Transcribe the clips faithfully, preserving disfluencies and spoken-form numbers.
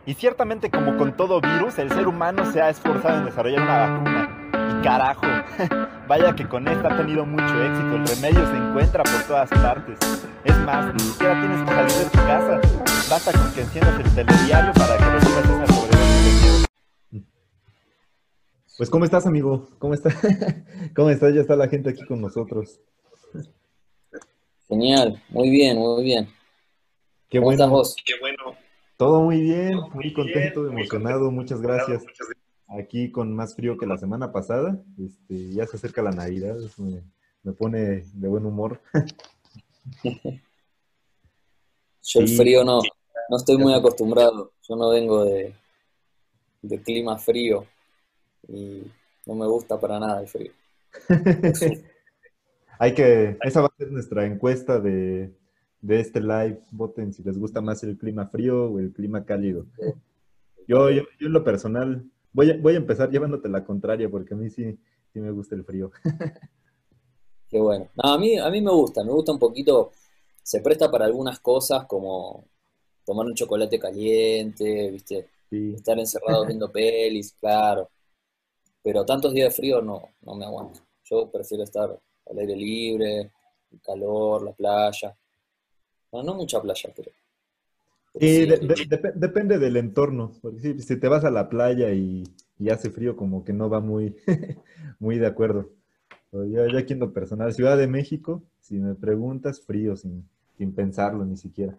Y ciertamente, como con todo virus, el ser humano se ha esforzado en desarrollar una vacuna. Y carajo, vaya que con esta ha tenido mucho éxito. El remedio se encuentra por todas partes. Es más, ni siquiera tienes que salir de tu casa. Basta con que enciendas el telediario para que recibas esa sobredosis de miedo. Pues, ¿cómo estás, amigo? ¿Cómo estás? ¿Cómo estás? Ya está la gente aquí con nosotros. Genial, muy bien, muy bien. Qué ¿Cómo estás bueno. vos? Todo muy bien, muy contento, emocionado. Muchas gracias. Aquí con más frío que la semana pasada. Este, ya se acerca la Navidad. Eso me, me pone de buen humor. Yo el Sí, frío no, no estoy ya muy sé. acostumbrado. Yo no vengo de, de clima frío y no me gusta para nada el frío. Lo sufro. Hay que, esa va a ser nuestra encuesta de, de este live. Voten si les gusta más el clima frío o el clima cálido. Yo, yo, yo en lo personal, voy a, voy a empezar llevándote la contraria porque a mí sí, sí me gusta el frío. Qué bueno. No, a mí, a mí me gusta, me gusta un poquito. Se presta para algunas cosas como tomar un chocolate caliente, ¿viste? Sí. Estar encerrado viendo pelis, claro. Pero tantos días de frío no, no me aguanto. Yo prefiero estar al aire libre, el calor, la playa. Bueno, no mucha playa, pero, pero Sí, sí de- es de- lindo. dep- depende del entorno, porque si, si te vas a la playa y, y hace frío, como que no va muy, muy de acuerdo. Pero yo, yo aquí en lo personal, Ciudad de México, si me preguntas, frío, sin, sin pensarlo ni siquiera.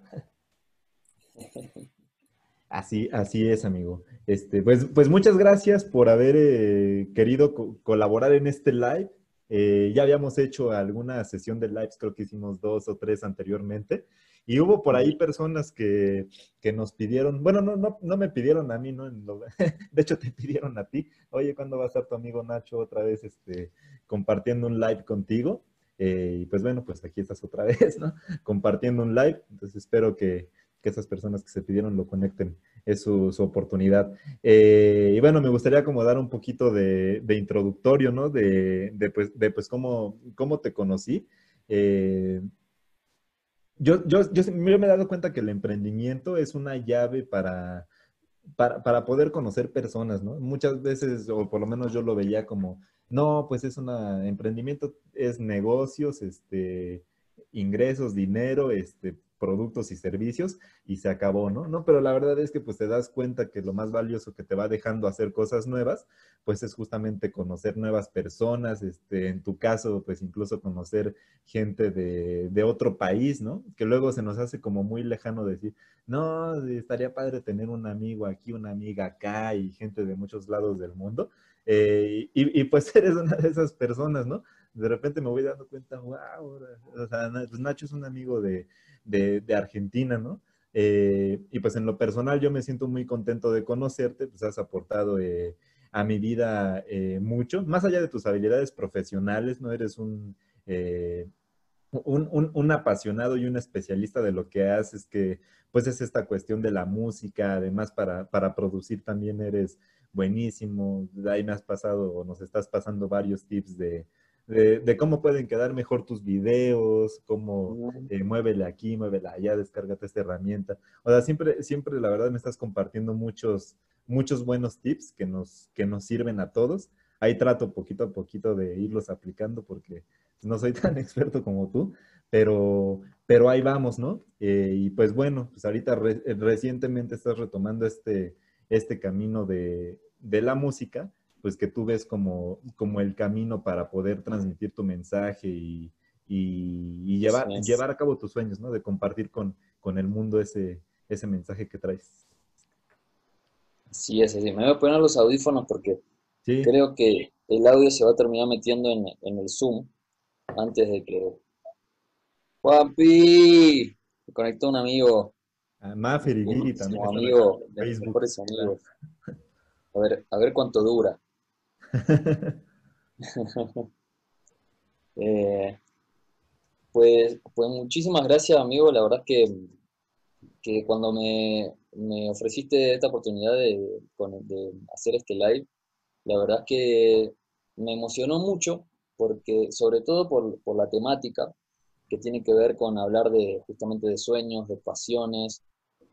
Así, así es, amigo. Este, pues, pues muchas gracias por haber eh, querido co- colaborar en este live. Eh, ya habíamos hecho alguna sesión de lives, creo que hicimos dos o tres anteriormente, y hubo por ahí personas que, que nos pidieron, bueno, no, no, no me pidieron a mí, ¿no? En lo- de hecho, te pidieron a ti, oye, ¿cuándo va a estar tu amigo Nacho otra vez este, compartiendo un live contigo? Eh, y pues bueno, pues aquí estás otra vez, ¿no? Compartiendo un live, entonces espero que, que esas personas que se pidieron lo conecten, es su, su oportunidad. Eh, y bueno, me gustaría como dar un poquito de, de introductorio, ¿no? De, de, pues, de pues cómo, cómo te conocí. Eh, yo, yo, yo, yo me he dado cuenta que el emprendimiento es una llave para, para, para poder conocer personas, ¿no? Muchas veces, o por lo menos yo lo veía como, no, pues es un emprendimiento, es negocios, este, ingresos, dinero, este, productos y servicios, y se acabó, ¿no? No, pero la verdad es que pues te das cuenta que lo más valioso que te va dejando hacer cosas nuevas, pues es justamente conocer nuevas personas, este, en tu caso, pues incluso conocer gente de, de otro país, ¿no? Que luego se nos hace como muy lejano decir, no, estaría padre tener un amigo aquí, una amiga acá y gente de muchos lados del mundo. Eh, y, y, pues eres una de esas personas, ¿no? De repente me voy dando cuenta, wow, o sea, pues Nacho es un amigo de, de, de Argentina, ¿no? Eh, y pues en lo personal yo me siento muy contento de conocerte, pues has aportado eh, a mi vida eh, mucho, más allá de tus habilidades profesionales, ¿no? Eres un... Eh, un, un, un, apasionado y un especialista de lo que haces, que pues es esta cuestión de la música, además para, para producir también eres buenísimo, ahí me has pasado o nos estás pasando varios tips de, de, de cómo pueden quedar mejor tus videos, cómo eh, muévele aquí, muévele allá, descárgate esta herramienta. O sea, siempre, siempre la verdad me estás compartiendo muchos, muchos buenos tips que nos, que nos sirven a todos. Ahí trato poquito a poquito de irlos aplicando porque no soy tan experto como tú, pero, pero ahí vamos, ¿no? Eh, y pues bueno, pues ahorita re, recientemente estás retomando este, este camino de, de la música, pues que tú ves como, como el camino para poder transmitir tu mensaje y, y, y llevar, Sí, llevar a cabo tus sueños, ¿no? De compartir con, con el mundo ese, ese mensaje que traes. sí, es así. Me voy a poner los audífonos porque Sí, creo que el audio se va a terminar metiendo en, en el Zoom antes de que... ¡Juanpi! Me conectó un amigo, a un Maffer y Viri también buenísimo están acá amigo, en de mis Facebook. mejores amigos. A ver, a ver cuánto dura. Eh, pues, pues muchísimas gracias, amigo. La verdad es que, que cuando me, me ofreciste esta oportunidad de, con- de hacer este live, la verdad es que me emocionó mucho, porque, sobre todo por, por la temática que tiene que ver con hablar de justamente de sueños, de pasiones,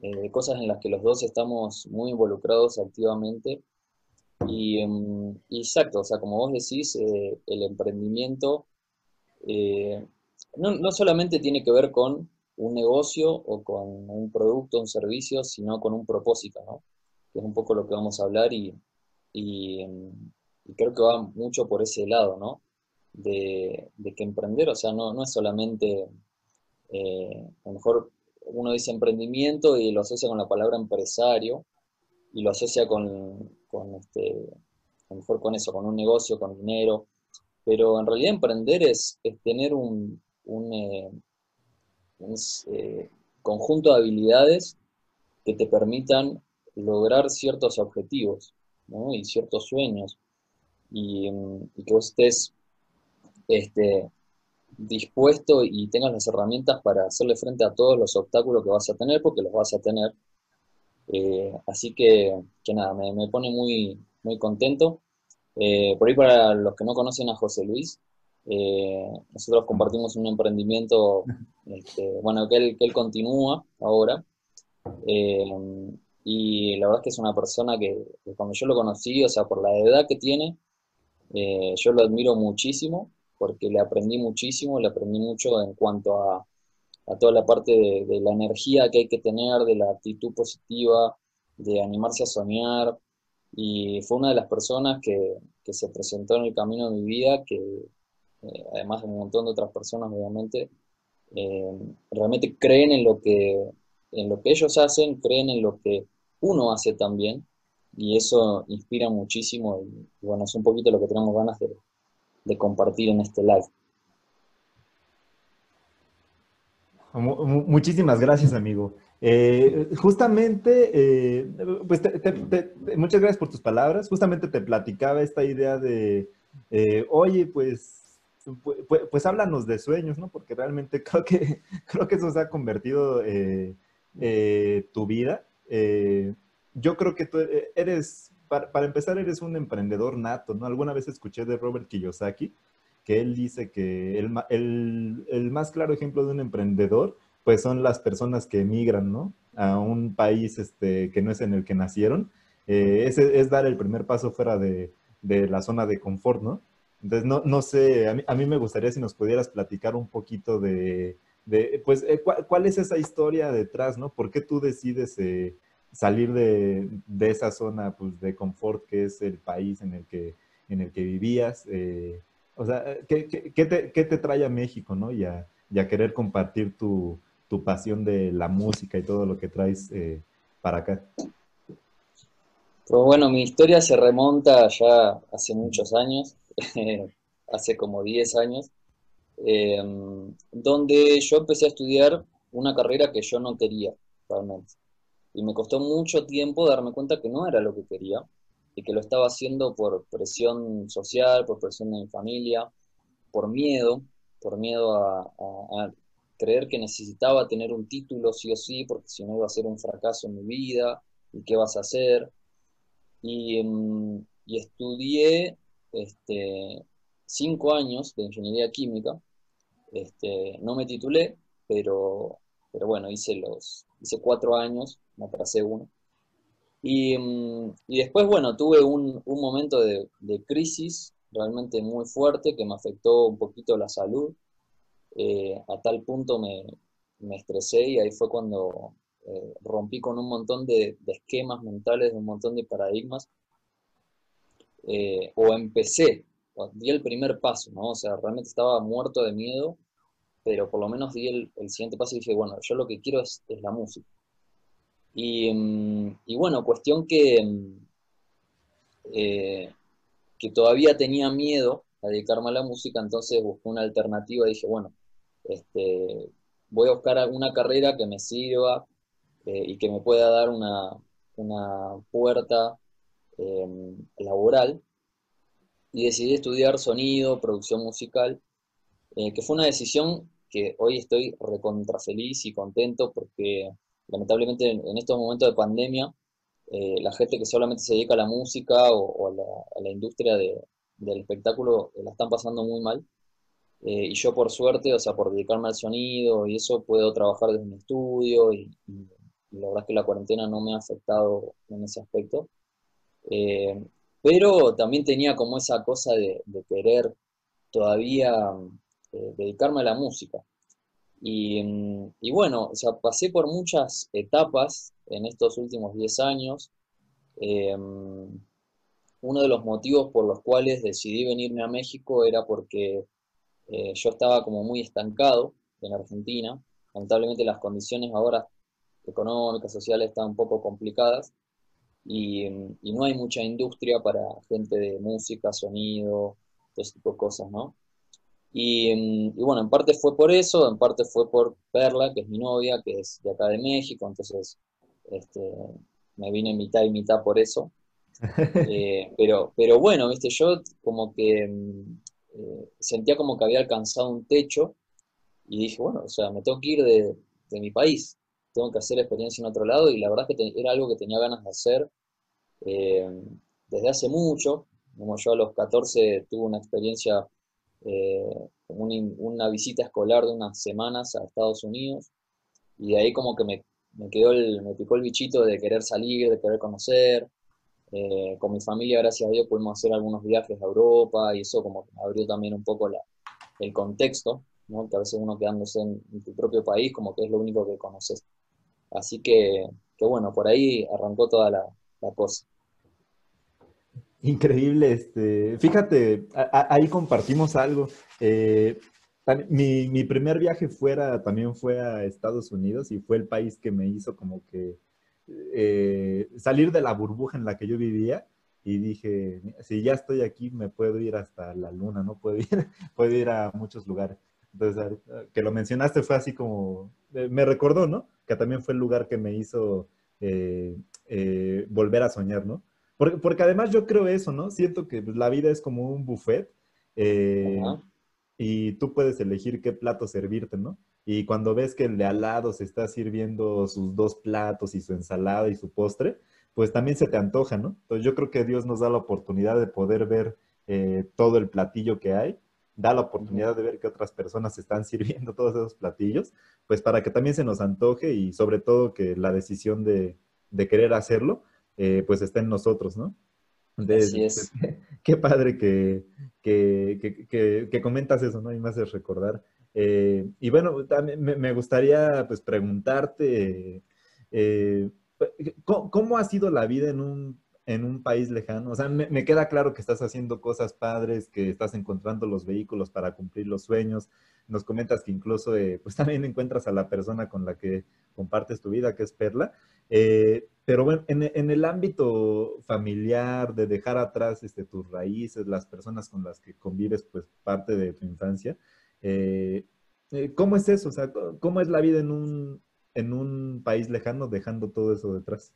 eh, cosas en las que los dos estamos muy involucrados activamente. Y, em, y exacto, o sea, como vos decís, eh, el emprendimiento eh, no, no solamente tiene que ver con un negocio o con un producto, un servicio, sino con un propósito, ¿no? Que es un poco lo que vamos a hablar y, y, em, y creo que va mucho por ese lado, ¿no? De, de que emprender, o sea, no, no es solamente, eh, a lo mejor uno dice emprendimiento y lo asocia con la palabra empresario y lo asocia con, con este, a lo mejor con eso, con un negocio, con dinero, pero en realidad emprender es, es tener un, un, eh, un, eh, conjunto de habilidades que te permitan lograr ciertos objetivos, ¿no? Y ciertos sueños, y, mm, y que vos estés este, dispuesto y tengas las herramientas para hacerle frente a todos los obstáculos que vas a tener, porque los vas a tener. Eh, así que, que nada, me, me pone muy, muy contento. Eh, por ahí para los que no conocen a José Luis, eh, nosotros compartimos un emprendimiento, este, bueno, que él, que él continúa ahora, eh, y la verdad es que es una persona que, que cuando yo lo conocí, o sea, por la edad que tiene, eh, yo lo admiro muchísimo, porque le aprendí muchísimo, le aprendí mucho en cuanto a, a toda la parte de, de la energía que hay que tener, de la actitud positiva, de animarse a soñar, y fue una de las personas que, que se presentó en el camino de mi vida, que eh, además de un montón de otras personas, obviamente, eh, realmente creen en lo que, en lo que ellos hacen, creen en lo que uno hace también, y eso inspira muchísimo, y, y bueno, es un poquito lo que tenemos ganas de, de compartir en este live. Mu- mu- Muchísimas gracias, amigo. Eh, justamente, eh, pues te- te- te- te- muchas gracias por tus palabras. Justamente te platicaba esta idea de, eh, oye, pues, pu- pu- pues, háblanos de sueños, ¿no? Porque realmente creo que, creo que eso se ha convertido eh, eh, tu vida. Eh, yo creo que tú eh, eres, para, para empezar, eres un emprendedor nato, ¿no? Alguna vez escuché de Robert Kiyosaki que él dice que el, el, el, más claro ejemplo de un emprendedor, pues son las personas que emigran, ¿no? A un país este, que no es en el que nacieron. Eh, es, es, dar el primer paso fuera de, de la zona de confort, ¿no? Entonces, no, no sé, a mí, a mí, me gustaría si nos pudieras platicar un poquito de, de pues, eh, ¿cuál, ¿cuál, es esa historia detrás, ¿no? ¿Por qué tú decides eh, salir de, de, esa zona pues, de confort que es el país en el que, en el que vivías? Eh, o sea, ¿qué, qué, qué, te, ¿qué, te, trae a México, no? Y a, y a querer compartir tu, tu, pasión de la música y todo lo que traes eh, para acá. Pues bueno, mi historia se remonta ya hace muchos años, hace como diez años, eh, donde yo empecé a estudiar una carrera que yo no quería realmente. Y me costó mucho tiempo darme cuenta que no era lo que quería y que lo estaba haciendo por presión social, por presión de mi familia, por miedo, por miedo a, a, a creer que necesitaba tener un título sí o sí, porque si no iba a ser un fracaso en mi vida, y qué vas a hacer. Y, mm, y estudié este, cinco años de ingeniería química. Este, no me titulé, pero, pero bueno, hice los, hice cuatro años, me atrasé uno. Y, mm, y después, bueno, tuve un, un momento de, de crisis realmente muy fuerte que me afectó un poquito la salud. Eh, a tal punto me, me estresé y ahí fue cuando eh, rompí con un montón de, de esquemas mentales, de un montón de paradigmas, eh, o empecé, o di el primer paso, ¿no? O sea, realmente estaba muerto de miedo, pero por lo menos di el, el siguiente paso y dije, bueno, yo lo que quiero es, es la música. Y, mm, y bueno, cuestión que, mm, eh, que todavía tenía miedo a dedicarme a la música, entonces busqué una alternativa y dije, bueno, este, voy a buscar alguna carrera que me sirva eh, y que me pueda dar una, una puerta eh, laboral, y decidí estudiar sonido, producción musical, eh, que fue una decisión que hoy estoy recontra feliz y contento porque lamentablemente en, en estos momentos de pandemia, eh, la gente que solamente se dedica a la música o, o a, la, a la industria de, del espectáculo eh, la están pasando muy mal. Eh, y yo por suerte, o sea, por dedicarme al sonido y eso, puedo trabajar desde mi estudio y, y, y la verdad es que la cuarentena no me ha afectado en ese aspecto. Eh, pero también tenía como esa cosa de, de querer todavía eh, dedicarme a la música. Y, mm, y bueno, o sea, pasé por muchas etapas en estos últimos diez años. Eh, Uno de los motivos por los cuales decidí venirme a México era porque eh, yo estaba como muy estancado en Argentina. Lamentablemente las condiciones ahora económicas, sociales están un poco complicadas y, y no hay mucha industria para gente de música, sonido, todo ese tipo de cosas, ¿no? Y, mm, y bueno, en parte fue por eso, en parte fue por Perla, que es mi novia, que es de acá de México, entonces este, me vine mitad y mitad por eso. Eh, pero, pero bueno, viste, yo como que mm, eh, sentía como que había alcanzado un techo y dije, bueno, o sea, me tengo que ir de, de mi país, tengo que hacer experiencia en otro lado y la verdad es que te- era algo que tenía ganas de hacer eh, desde hace mucho. Como yo a los catorce tuve una experiencia, eh, como una, in- una visita escolar de unas semanas a Estados Unidos y de ahí como que me, me quedó el, me picó el bichito de querer salir, de querer conocer. Eh, con mi familia, gracias a Dios, pudimos hacer algunos viajes a Europa y eso como que abrió también un poco la, el contexto, ¿no? Que a veces uno quedándose en, en tu propio país como que es lo único que conoces. Así que, que bueno, por ahí arrancó toda la, la cosa. Increíble, este, fíjate, a- a- ahí compartimos algo. Eh, tam- mi, mi primer viaje fuera también fue a Estados Unidos y fue el país que me hizo como que eh, salir de la burbuja en la que yo vivía y dije, si ya estoy aquí, me puedo ir hasta la luna, ¿no? Puedo ir, puedo ir a muchos lugares. Entonces, ahorita que lo mencionaste fue así como, eh, me recordó, ¿no? Que también fue el lugar que me hizo eh, eh, volver a soñar, ¿no? Porque, porque además yo creo eso, ¿no? Siento que pues, la vida es como un buffet eh, Ajá. y tú puedes elegir qué plato servirte, ¿no? Y cuando ves que el de al lado se está sirviendo sus dos platos y su ensalada y su postre, pues también se te antoja, ¿no? Entonces yo creo que Dios nos da la oportunidad de poder ver eh, todo el platillo que hay, da la Ujú. oportunidad de ver que otras personas están sirviendo todos esos platillos, pues para que también se nos antoje y sobre todo que la decisión de, de querer hacerlo eh, pues está en nosotros, ¿no? Así Entonces, pues, es. qué padre que, que, que, que, que comentas eso, ¿no? Y me haces recordar. Eh, y bueno, también me, me gustaría pues preguntarte, eh, ¿cómo, cómo ha sido la vida en un, en un país lejano? O sea, me, me queda claro que estás haciendo cosas padres, que estás encontrando los vehículos para cumplir los sueños. Nos comentas que incluso eh, pues también encuentras a la persona con la que compartes tu vida, que es Perla. Eh, pero bueno, en, en, el ámbito familiar, de dejar atrás este, tus raíces, las personas con las que convives, pues parte de tu infancia, eh, eh, ¿cómo es eso? O sea, ¿cómo es la vida en un, en un país lejano dejando todo eso detrás?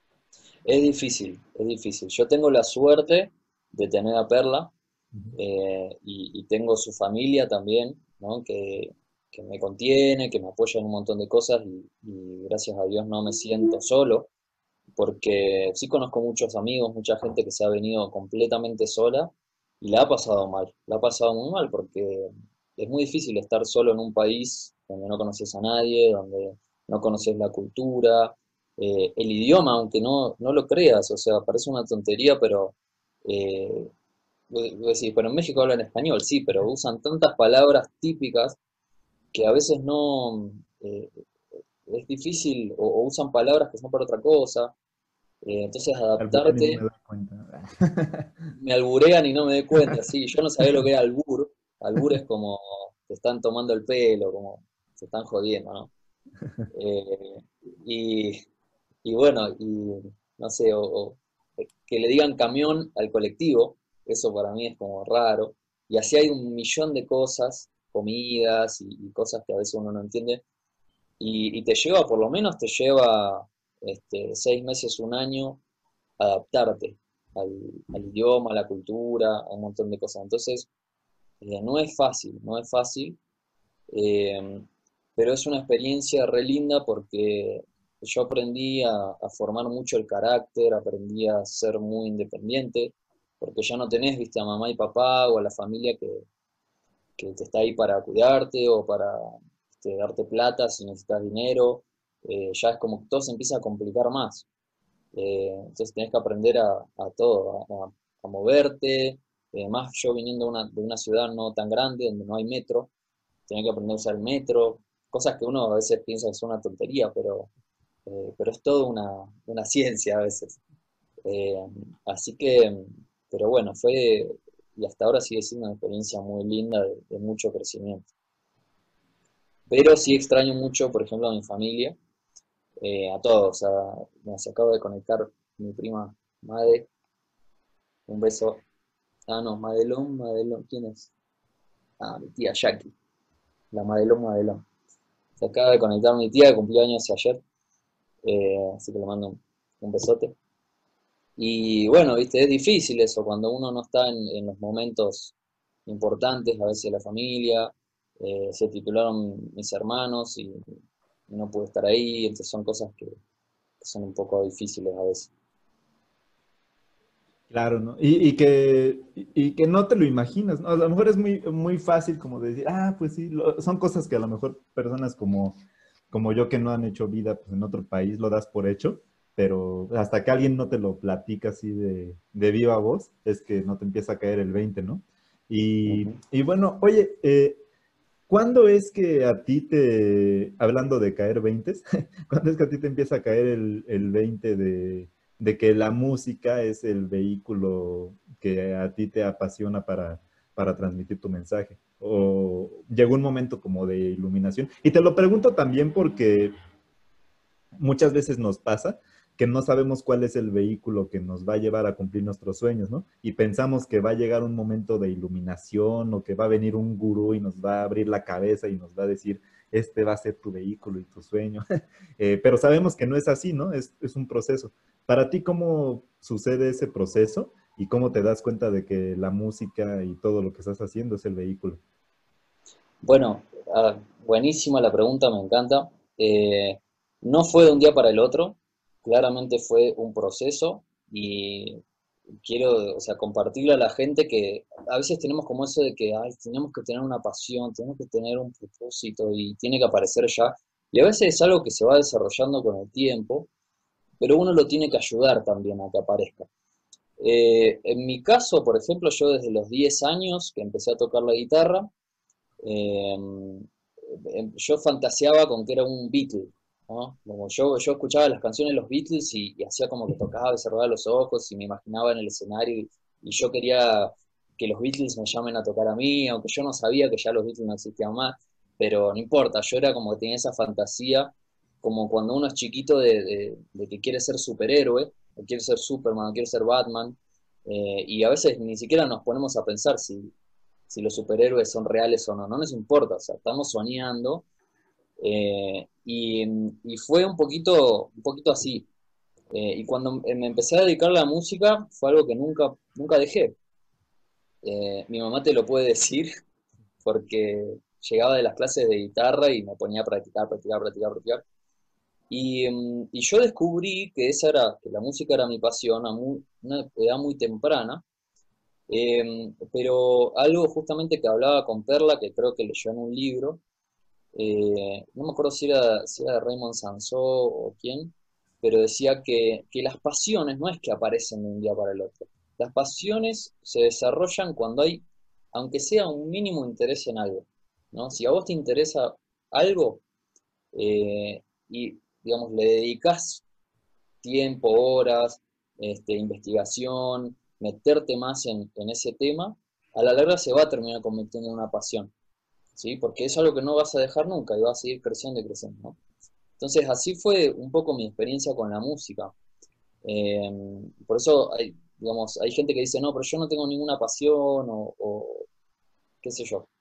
Es difícil, es difícil. Yo tengo la suerte de tener a Perla Uh -huh. eh, y, y tengo su familia también, ¿no? Que, que me contiene, que me apoya en un montón de cosas y, y gracias a Dios no me siento solo, porque sí conozco muchos amigos, mucha gente que se ha venido completamente sola y la ha pasado mal, la ha pasado muy mal porque es muy difícil estar solo en un país donde no conoces a nadie, donde no conoces la cultura, eh, el idioma, aunque no, no lo creas, o sea, parece una tontería, pero eh, vos- vos decís, pero en México hablan español, sí, pero usan tantas palabras típicas que a veces no, eh, es difícil, o, o usan palabras que son para otra cosa, eh, entonces Alburean y no me adaptarte, doy cuenta. me alburean y no me doy cuenta, sí, yo no sabía lo que era albur, albur es como te están tomando el pelo, como te están jodiendo, ¿no? Eh, y, y bueno, y no sé, o, o que le digan camión al colectivo, eso para mí es como raro, y así hay un millón de cosas, comidas y, y cosas que a veces uno no entiende, y, y te lleva, por lo menos te lleva este, seis meses, un año adaptarte al, al idioma, a la cultura, a un montón de cosas. Entonces, eh, no es fácil, no es fácil, eh, pero es una experiencia re linda porque yo aprendí a, a formar mucho el carácter, aprendí a ser muy independiente, porque ya no tenés, viste, a mamá y papá o a la familia que, que te está ahí para cuidarte o para este, darte plata si necesitas dinero. eh, ya es como que todo se empieza a complicar más. Eh, entonces tenés que aprender a, a todo, a, a- a moverte. Eh, más yo viniendo de una, de una ciudad no tan grande, donde no hay metro, tenés que aprender a usar el metro, cosas que uno a veces piensa que son una tontería, pero, eh, pero es todo una, una ciencia a veces. Eh, Así que, pero bueno, fue, y hasta ahora sigue siendo una experiencia muy linda de, de mucho crecimiento. Pero sí extraño mucho, por ejemplo, a mi familia, eh, a todos. A, me se acaba de conectar mi prima Made, un beso. Ah, no, Madelón, Madelón, ¿quién es? Ah, mi tía Jackie, la Madelón, Madelón. Se acaba de conectar mi tía, que cumplió años ayer, eh, así que le mando un, un besote. Y bueno, viste, es difícil eso, cuando uno no está en, en los momentos importantes, a veces la familia, eh, se titularon mis hermanos y, y no pude estar ahí, entonces son cosas que, que son un poco difíciles a veces. Claro, ¿no? Y, y que, y y que no te lo imaginas, ¿no? A lo mejor es muy, muy fácil como decir, ah, pues sí, lo- son cosas que a lo mejor personas como, como yo que no han hecho vida pues, en otro país lo das por hecho, pero hasta que alguien no te lo platica así de, de viva voz, es que no te empieza a caer el veinte, ¿no? Y, Ujú. y bueno, oye, eh, ¿cuándo es que a ti te, hablando de caer veintes, cuándo es que a ti te empieza a caer el, el veinte de, de que la música es el vehículo que a ti te apasiona para, para transmitir tu mensaje? ¿O llegó un momento como de iluminación? Y te lo pregunto también porque muchas veces nos pasa que no sabemos cuál es el vehículo que nos va a llevar a cumplir nuestros sueños, ¿no? Y pensamos que va a llegar un momento de iluminación o que va a venir un gurú y nos va a abrir la cabeza y nos va a decir, este va a ser tu vehículo y tu sueño. Eh, pero sabemos que no es así, ¿no? Es, es un proceso. Para ti, ¿cómo sucede ese proceso y cómo te das cuenta de que la música y todo lo que estás haciendo es el vehículo? Bueno, ah, buenísima la pregunta, me encanta. Eh, no fue de un día para el otro, claramente fue un proceso y quiero, o sea, compartirle a la gente que a veces tenemos como eso de que, ay, tenemos que tener una pasión, tenemos que tener un propósito y tiene que aparecer ya. Y a veces es algo que se va desarrollando con el tiempo, pero uno lo tiene que ayudar también a que aparezca. Eh, en mi caso, por ejemplo, yo desde los diez años que empecé a tocar la guitarra, eh, em, yo fantaseaba con que era un Beatle, ¿no? Como yo, yo escuchaba las canciones de los Beatles y, y hacía como que tocaba y cerraba los ojos y me imaginaba en el escenario y, y yo quería que los Beatles me llamen a tocar a mí, aunque yo no sabía que ya los Beatles no existían más, pero no importa, yo era como que tenía esa fantasía, como cuando uno es chiquito de, de- de que quiere ser superhéroe, o quiere ser Superman, o quiere ser Batman, eh, y a veces ni siquiera nos ponemos a pensar si, si los superhéroes son reales o no, no nos importa, o sea, estamos soñando, eh, y, y fue un poquito, un poquito así. Eh, y cuando me empecé a dedicar a la música fue algo que nunca, nunca dejé. Eh, mi mamá te lo puede decir porque llegaba de las clases de guitarra y me ponía a practicar, practicar, practicar, practicar. Y, mm, y yo descubrí que esa era, que la música era mi pasión a muy- una edad muy temprana. Eh, pero algo justamente que hablaba con Perla, que creo que leyó en un libro, eh, no me acuerdo si era, si era de Raymond Sansó o quién, pero decía que, que las pasiones no es que aparecen de un día para el otro. Las pasiones se desarrollan cuando hay, aunque sea un mínimo interés en algo, ¿no? Si a vos te interesa algo, eh, y, digamos, le dedicas tiempo, horas, este, investigación, meterte más en, en ese tema, a la larga se va a terminar convirtiendo en una pasión, ¿sí? Porque es algo que no vas a dejar nunca y va a seguir creciendo y creciendo, ¿no? Entonces, así fue un poco mi experiencia con la música. Eh, por eso hay, digamos, hay gente que dice, no, pero yo no tengo ninguna pasión o, o qué sé yo.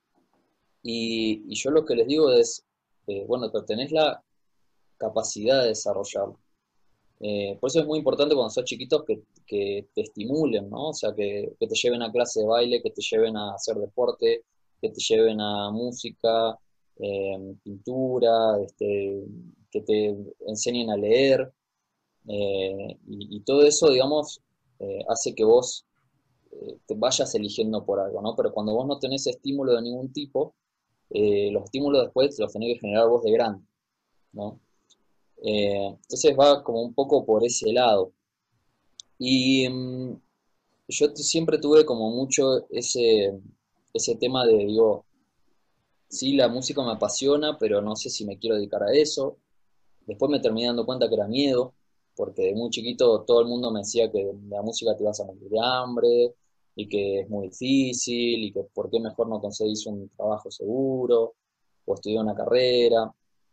Y, y yo lo que les digo es, eh, bueno, pero tenés la capacidad de desarrollarlo. Eh, por eso es muy importante cuando sos chiquitos que, que te estimulen, ¿no? O sea, que, que te lleven a clase de baile, que te lleven a hacer deporte, que te lleven a música, eh, pintura, este, que te enseñen a leer, eh, y, y todo eso, digamos, eh, hace que vos eh, te vayas eligiendo por algo, ¿no? Pero cuando vos no tenés estímulo de ningún tipo, eh, los estímulos después los tenés que generar vos de grande, ¿no? Eh, entonces va como un poco por ese lado. Y mm, yo t- siempre tuve como mucho ese, ese tema de, digo, sí, la música me apasiona, pero no sé si me quiero dedicar a eso. Después me terminé dando cuenta que era miedo, porque de muy chiquito todo el mundo me decía que la música te vas a morir de hambre y que es muy difícil y que por qué mejor no conseguís un trabajo seguro o estudiar una carrera.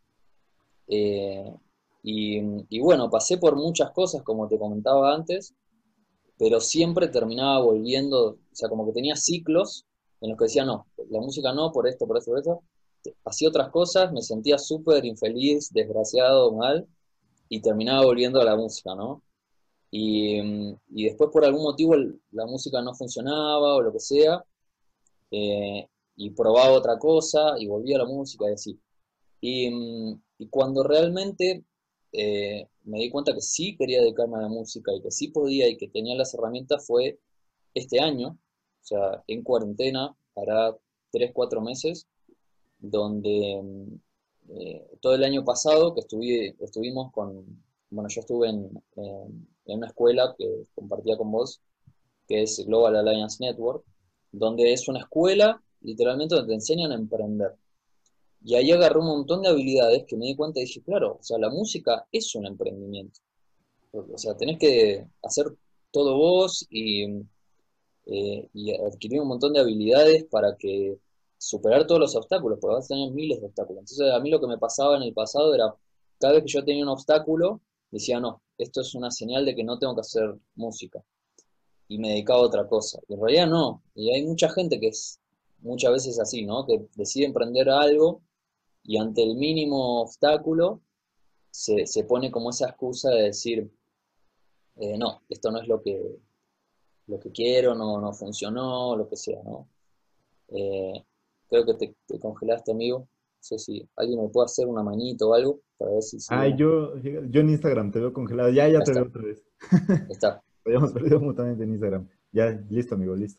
Eh, y, y bueno, pasé por muchas cosas, como te comentaba antes, pero siempre terminaba volviendo, o sea, como que tenía ciclos en los que decía, no, la música no, por esto, por esto, por esto. Hacía otras cosas, me sentía súper infeliz, desgraciado, mal, y terminaba volviendo a la música, ¿no? Y, mm, y después por algún motivo el- la música no funcionaba o lo que sea, eh, y probaba otra cosa y volvía a la música y así. Y, mm, y cuando realmente eh, me di cuenta que sí quería dedicarme a la música y que sí podía y que tenía las herramientas fue este año, o sea, en cuarentena, hará tres, cuatro meses, donde mm, eh, todo el año pasado que estuve, estuvimos con, bueno, yo estuve en, en- en una escuela que compartía con vos, que es Global Alliance Network, donde es una escuela, literalmente, donde te enseñan a emprender. Y ahí agarré un montón de habilidades que me di cuenta y dije, claro, o sea, la música es un emprendimiento. O sea, tenés que hacer todo vos y eh, y adquirir un montón de habilidades para que superar todos los obstáculos, porque vas a tener miles de obstáculos. Entonces, a mí lo que me pasaba en el pasado era, cada vez que yo tenía un obstáculo, decía, no, esto es una señal de que no tengo que hacer música, y me dedicaba a otra cosa. Y en realidad no, y hay mucha gente que es muchas veces así, ¿no? Que decide emprender algo y ante el mínimo obstáculo se, se pone como esa excusa de decir, eh, no, esto no es lo que, lo que quiero, no, no funcionó, lo que sea, ¿no? Eh, Creo que te, te congelaste, amigo. No sé si alguien me puede hacer una manito o algo para ver si Ay, seguimos. yo, fíjate, yo en Instagram te veo congelado. Ya, ya Ahí te veo está, otra vez. ahí está. Habíamos perdido mutuamente en Instagram. Ya, listo, amigo, listo.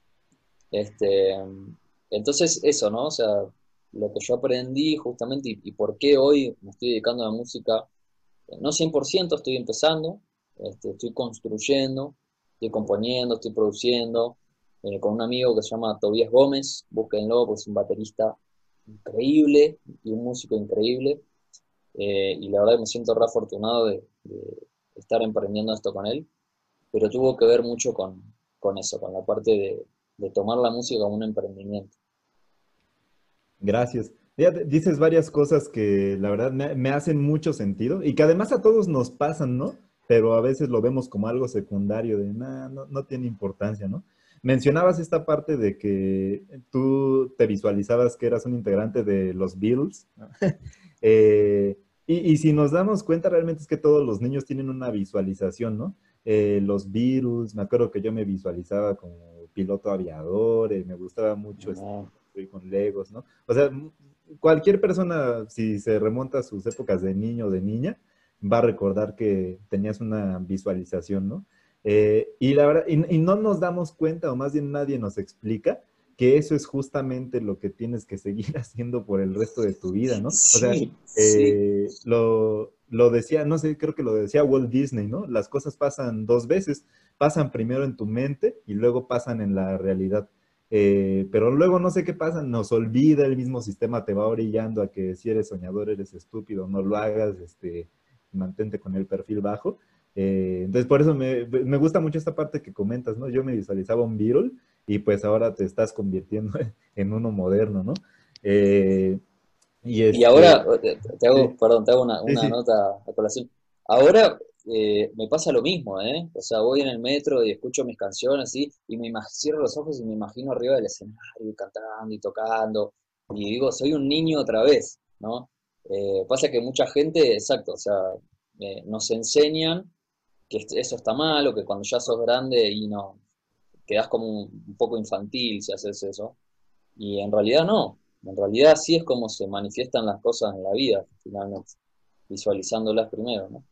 Este, entonces, eso, ¿no? O sea, lo que yo aprendí justamente y, y por qué hoy me estoy dedicando a la música, eh, no cien por ciento estoy empezando, este, estoy construyendo, estoy componiendo, estoy produciendo, eh, con un amigo que se llama Tobías Gómez, búsquenlo, porque es un baterista increíble y un músico increíble. Eh, y la verdad que me siento re afortunado de, de estar emprendiendo esto con él, pero tuvo que ver mucho con, con eso, con la parte de, de tomar la música como un emprendimiento. Gracias. Ya te- dices varias cosas que la verdad me, me hacen mucho sentido y que además a todos nos pasan, ¿no? Pero a veces lo vemos como algo secundario, de "Nah, no, no tiene importancia, ¿no?". Mencionabas esta parte de que tú te visualizabas que eras un integrante de los Beatles, ¿no? Eh, y, y si nos damos cuenta, realmente es que todos los niños tienen una visualización, ¿no? Eh, los Beatles, me acuerdo que yo me visualizaba como piloto aviador, eh, me gustaba mucho este, No, construir con Legos, ¿no? O sea, m- cualquier persona, si se remonta a sus épocas de niño o de niña, va a recordar que tenías una visualización, ¿no? Eh, y la verdad, y, y no nos damos cuenta, o más bien nadie nos explica, que eso es justamente lo que tienes que seguir haciendo por el resto de tu vida, ¿no? O sea, sí, sí, eh, lo, lo decía, no sé, creo que lo decía Walt Disney, ¿no? Las cosas pasan dos veces, pasan primero en tu mente y luego pasan en la realidad. Eh, pero luego no sé qué pasa, nos olvida, el mismo sistema te va orillando a que si eres soñador eres estúpido, no lo hagas, este, mantente con el perfil bajo. Eh, entonces por eso me, me, gusta mucho esta parte que comentas, ¿no? Yo me visualizaba un Beatle y pues ahora te estás convirtiendo en uno moderno, ¿no? Eh, y y este, ahora, eh, te hago, sí, perdón, te hago una, sí, una sí. nota a colación. Ahora eh, me pasa lo mismo, ¿eh? O sea, voy en el metro y escucho mis canciones, ¿sí? Y me imag- cierro los ojos y me imagino arriba del escenario, y cantando y tocando, y digo, soy un niño otra vez, ¿no? Eh, pasa que mucha gente, exacto, o sea, eh, nos enseñan que est- eso está mal, o que cuando ya sos grande y no, quedás como un, un poco infantil si haces eso. Y en realidad no. En realidad así es como se manifiestan las cosas en la vida, finalmente, visualizándolas primero, ¿no?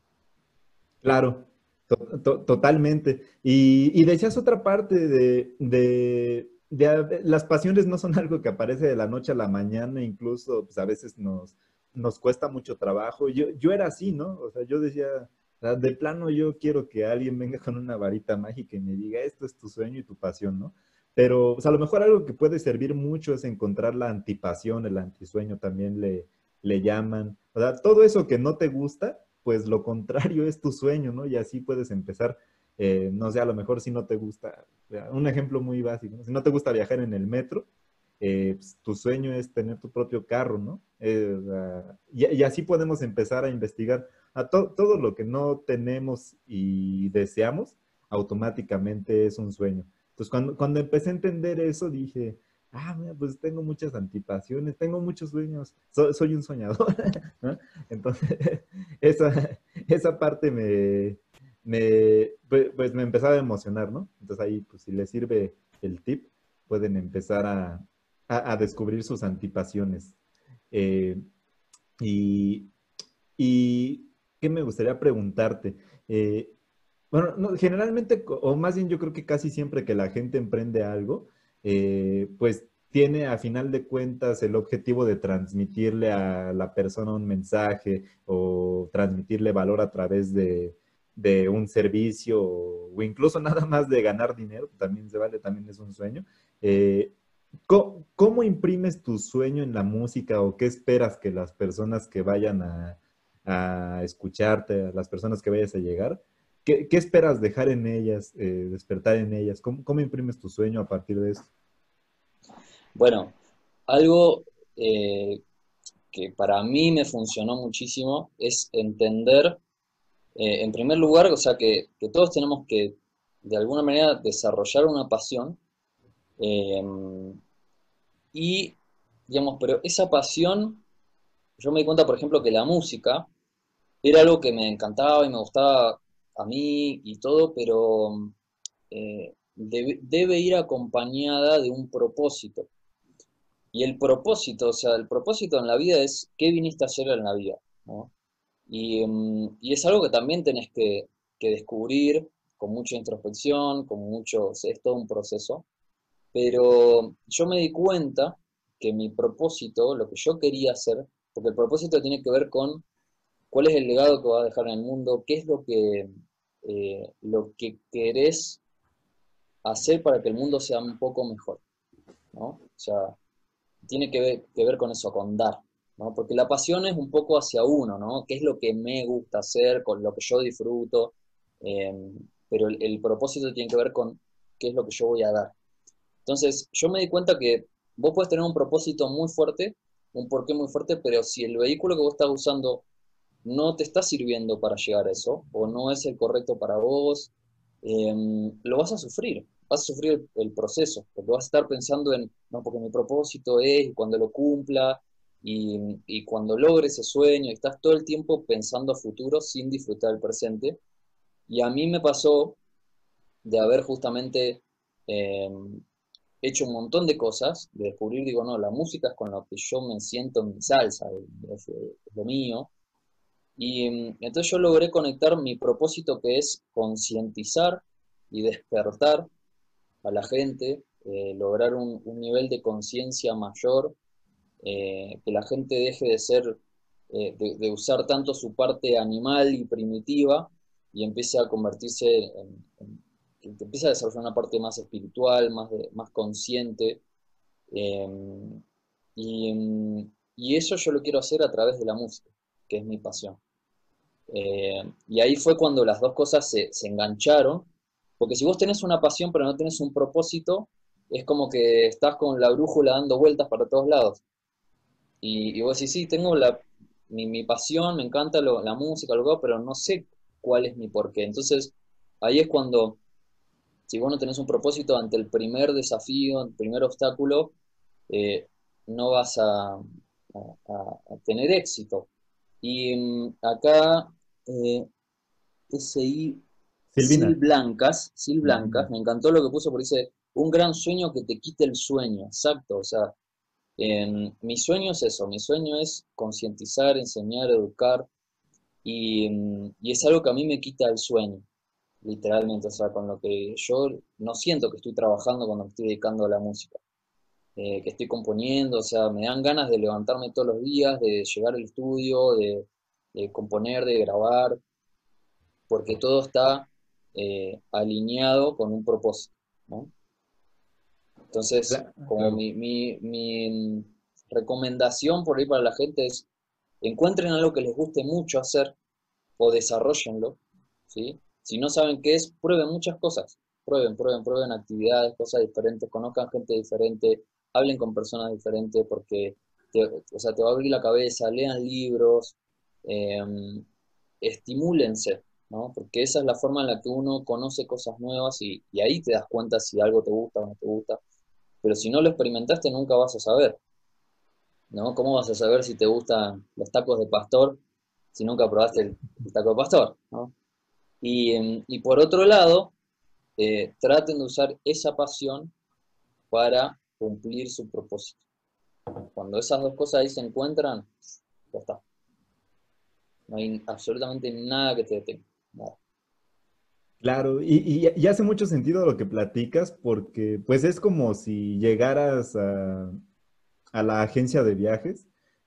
Claro, to- to- totalmente. Y, y decías otra parte de, de, de a- las pasiones no son algo que aparece de la noche a la mañana, incluso pues, a veces nos, nos cuesta mucho trabajo. Yo, yo era así, ¿no? O sea, yo decía, de plano yo quiero que alguien venga con una varita mágica y me diga, esto es tu sueño y tu pasión, ¿no? Pero pues, a lo mejor algo que puede servir mucho es encontrar la antipasión, el antisueño también le, le llaman. O sea, todo eso que no te gusta, pues lo contrario es tu sueño, ¿no? Y así puedes empezar, eh, no sé, a lo mejor si no te gusta, un ejemplo muy básico, ¿no? Si no te gusta viajar en el metro, eh, pues, tu sueño es tener tu propio carro, ¿no? Eh, uh, y, y, así podemos empezar a investigar a to todo lo que no tenemos y deseamos, automáticamente es un sueño. Entonces, cuando, cuando empecé a entender eso, dije, ah, mira, pues tengo muchas antipasiones, tengo muchos sueños, so, soy un soñador, ¿no? Entonces, esa, esa parte me, me, pues, pues me empezaba a emocionar, ¿no? Entonces ahí, pues si les sirve el tip, pueden empezar a, a, a descubrir sus antipasiones. Eh, y, y, ¿qué me gustaría preguntarte? Eh, bueno, no, generalmente, o más bien yo creo que casi siempre que la gente emprende algo, eh, pues tiene a final de cuentas el objetivo de transmitirle a la persona un mensaje o transmitirle valor a través de, de un servicio o, o incluso nada más de ganar dinero, también se vale, también es un sueño. Eh, ¿cómo, ¿Cómo imprimes tu sueño en la música o qué esperas que las personas que vayan a, a escucharte, a las personas que vayas a llegar? ¿Qué, qué esperas dejar en ellas, eh, despertar en ellas? ¿Cómo, ¿Cómo imprimes tu sueño a partir de eso? Bueno, algo eh, que para mí me funcionó muchísimo es entender, eh, en primer lugar, o sea, que, que todos tenemos que, de alguna manera, desarrollar una pasión eh, y, digamos, pero esa pasión, yo me di cuenta, por ejemplo, que la música era algo que me encantaba y me gustaba a mí y todo, pero eh, debe, debe ir acompañada de un propósito. Y el propósito, o sea, el propósito en la vida es qué viniste a hacer en la vida, ¿no? Y, mm, y es algo que también tenés que, que descubrir con mucha introspección, con mucho, o sea, es todo un proceso. Pero yo me di cuenta que mi propósito, lo que yo quería hacer, porque el propósito tiene que ver con cuál es el legado que vas a dejar en el mundo, qué es lo que, eh, lo que querés hacer para que el mundo sea un poco mejor, ¿no? O sea, tiene que ver, que ver con eso, con dar, ¿no? Porque la pasión es un poco hacia uno, ¿no? ¿Qué es lo que me gusta hacer, con lo que yo disfruto? Eh, pero el, el propósito tiene que ver con qué es lo que yo voy a dar. Entonces, yo me di cuenta que vos puedes tener un propósito muy fuerte, un porqué muy fuerte, pero si el vehículo que vos estás usando no te está sirviendo para llegar a eso, o no es el correcto para vos, eh, lo vas a sufrir, vas a sufrir el, el, proceso, porque vas a estar pensando en, no, porque mi propósito es, y cuando lo cumpla, y, y cuando logre ese sueño, y estás todo el tiempo pensando a futuro sin disfrutar el presente, y a mí me pasó de haber justamente eh, hecho un montón de cosas, de descubrir, digo, no, la música es con lo que yo me siento en mi salsa, es, es lo mío, y mm, entonces yo logré conectar mi propósito que es concientizar y despertar a la gente, eh, lograr un, un, nivel de conciencia mayor, eh, que la gente deje de ser, eh, de, de, usar tanto su parte animal y primitiva y empiece a convertirse en, en que empiece a desarrollar una parte más espiritual, más, de, más consciente. Eh, y, mm, y eso yo lo quiero hacer a través de la música, que es mi pasión. Eh, y ahí fue cuando las dos cosas se, se engancharon, porque si vos tenés una pasión pero no tenés un propósito, es como que estás con la brújula dando vueltas para todos lados. Y, y vos decís, sí, tengo la, mi, mi pasión, me encanta lo, la música, lo que hago, pero no sé cuál es mi porqué. Entonces, ahí es cuando, si vos no tenés un propósito ante el primer desafío, el primer obstáculo, eh, no vas a, a, a tener éxito. Y mm, acá eh, S I Sil Silvina. Blancas, Sil Mm. Blancas, me encantó lo que puso porque dice, un gran sueño que te quite el sueño, exacto, o sea, eh, mi sueño es eso, mi sueño es concientizar, enseñar, educar, y, mm, y es algo que a mí me quita el sueño, literalmente, o sea, con lo que yo no siento que estoy trabajando cuando me estoy dedicando a la música. eh, que estoy componiendo, o sea, me dan ganas de levantarme todos los días, de llegar al estudio, de, de componer, de grabar, porque todo está eh, alineado con un propósito, ¿no? Entonces, Cla- como Claro. mi, mi, mi recomendación por ahí para la gente es, encuentren algo que les guste mucho hacer o desarrollenlo, ¿sí? Si no saben qué es, prueben muchas cosas. Prueben, prueben, prueben actividades, cosas diferentes, conozcan gente diferente, hablen con personas diferentes porque te, o sea, te va a abrir la cabeza, lean libros, eh, estimúlense, ¿no? Porque esa es la forma en la que uno conoce cosas nuevas y, y ahí te das cuenta si algo te gusta o no te gusta. Pero si no lo experimentaste, nunca vas a saber, ¿no? ¿Cómo vas a saber si te gustan los tacos de pastor si nunca probaste el, el taco de pastor, ¿no? Y, em, y por otro lado, eh, traten de usar esa pasión para cumplir su propósito. Cuando esas dos cosas ahí se encuentran, ya está. No hay absolutamente nada que te detenga. Nada. Claro, y, y- y hace mucho sentido lo que platicas porque pues es como si llegaras a, a la agencia de viajes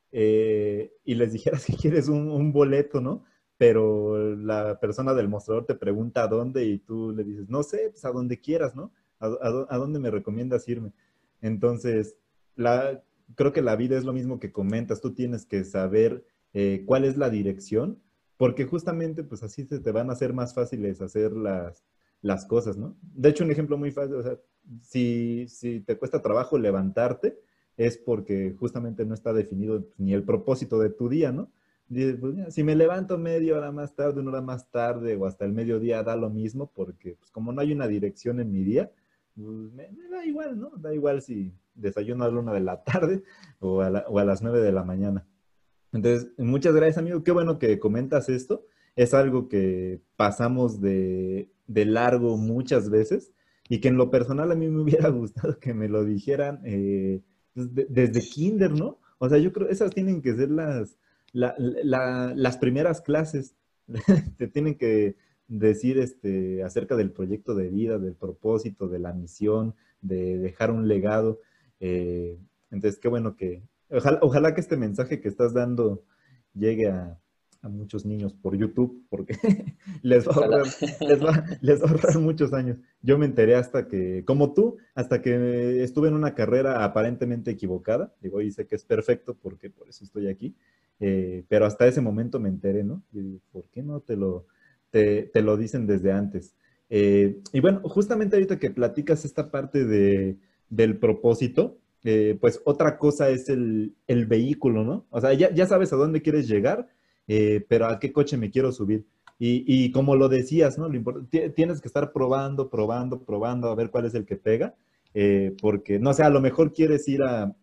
eh, y les dijeras que quieres un, un boleto, ¿no? Pero la persona del mostrador te pregunta a dónde y tú le dices, no sé, pues a donde quieras, ¿no? ¿A, a dó- a dónde me recomiendas irme? Entonces, la, creo que la vida es lo mismo que comentas, tú tienes que saber eh, cuál es la dirección, porque justamente pues así se te van a hacer más fáciles hacer las, las cosas, ¿no? De hecho, un ejemplo muy fácil, o sea, si, si te cuesta trabajo levantarte, es porque justamente no está definido ni el propósito de tu día, ¿no? Dices, pues, mira, si me levanto media hora más tarde, una hora más tarde o hasta el mediodía da lo mismo porque pues como no hay una dirección en mi día, pues, me, me da igual, ¿no? Da igual si desayuno a la una de la tarde o a, la, o a las nueve de la mañana. Entonces, muchas gracias, amigo. Qué bueno que comentas esto. Es algo que pasamos de, de largo muchas veces y que en lo personal a mí me hubiera gustado que me lo dijeran eh, pues, de- desde kinder, ¿no? O sea, yo creo esas tienen que ser las, la- la- las primeras clases. Te tienen que decir este, acerca del proyecto de vida, del propósito, de la misión, de dejar un legado. Eh, entonces, qué bueno que, Ojalá, ojalá que este mensaje que estás dando llegue a, a muchos niños por YouTube, porque les va a Ojalá. ahorrar, les va, les va a ahorrar muchos años. Yo me enteré hasta que, como tú, hasta que estuve en una carrera aparentemente equivocada. Digo, y sé que es perfecto porque por eso estoy aquí. Eh, pero hasta ese momento me enteré, ¿no? Y digo, ¿por qué no te lo, te, te lo dicen desde antes? Eh, y bueno, justamente ahorita que platicas esta parte de, del propósito, eh, pues otra cosa es el, el vehículo, ¿no? O sea, ya, ya sabes a dónde quieres llegar, eh, pero a qué coche me quiero subir. Y, y como lo decías, ¿no? Lo import- ti- tienes que estar probando, probando, probando a ver cuál es el que pega, eh, porque, no sé, a lo mejor quieres ir a,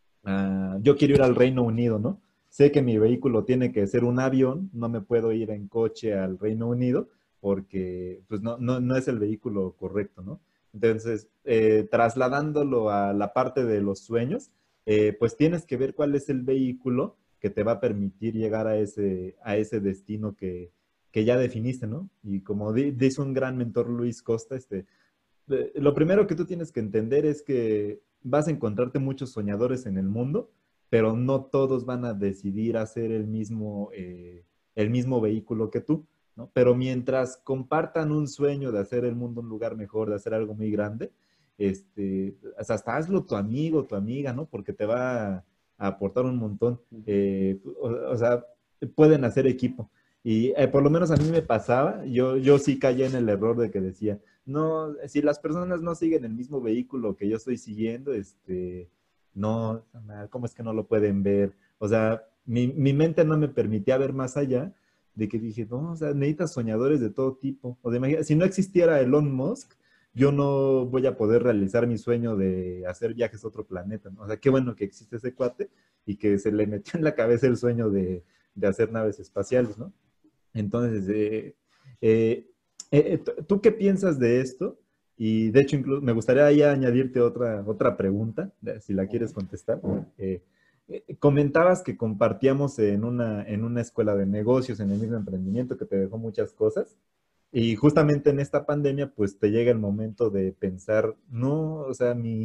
a- yo quiero ir al Reino Unido, ¿no? Sé que mi vehículo tiene que ser un avión, no me puedo ir en coche al Reino Unido porque pues no, no, no es el vehículo correcto, ¿no? Entonces, eh, trasladándolo a la parte de los sueños, eh, pues tienes que ver cuál es el vehículo que te va a permitir llegar a ese, a ese destino que, que ya definiste, ¿no? Y como di- dice un gran mentor Luis Costa, este, eh, lo primero que tú tienes que entender es que vas a encontrarte muchos soñadores en el mundo, pero no todos van a decidir hacer el mismo, eh, el mismo vehículo que tú, ¿no? Pero mientras compartan un sueño de hacer el mundo un lugar mejor, de hacer algo muy grande, este, hasta hazlo tu amigo, tu amiga, ¿no? Porque te va a, a aportar un montón. Eh, o, o sea, pueden hacer equipo. Y eh, por lo menos a mí me pasaba, yo, yo sí caí en el error de que decía, no, si las personas no siguen el mismo vehículo que yo estoy siguiendo, este, no, ¿cómo es que no lo pueden ver? O sea, mi, mi mente no me permitía ver más allá de que dije, no, o sea, necesitas soñadores de todo tipo. O de, imagina- si no existiera Elon Musk, yo no voy a poder realizar mi sueño de hacer viajes a otro planeta, ¿no? O sea, qué bueno que existe ese cuate y que se le metió en la cabeza el sueño de, de hacer naves espaciales, ¿no? Entonces, eh, eh, eh, eh, ¿tú qué piensas de esto? Y de hecho, incluso me gustaría ahí añadirte otra, otra pregunta, si la quieres Ujú. contestar. Eh, eh, comentabas que compartíamos en una, en una escuela de negocios, en el mismo emprendimiento, que te dejó muchas cosas. Y justamente en esta pandemia, pues te llega el momento de pensar, no, o sea, mi,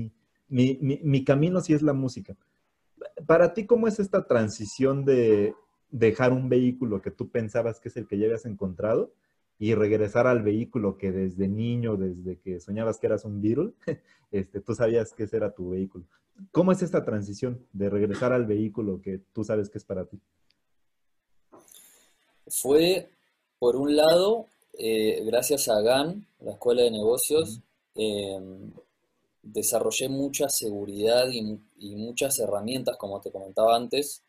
mi, mi, mi camino sí es la música. Para ti, ¿cómo es esta transición de dejar un vehículo que tú pensabas que es el que ya habías encontrado y regresar al vehículo que desde niño, desde que soñabas que eras un Beatle, este, tú sabías que ese era tu vehículo? ¿Cómo es esta transición de regresar al vehículo que tú sabes que es para ti? Fue, por un lado, eh, gracias a GAN, la Escuela de Negocios, Ujú. eh, desarrollé mucha seguridad y, y muchas herramientas, como te comentaba antes,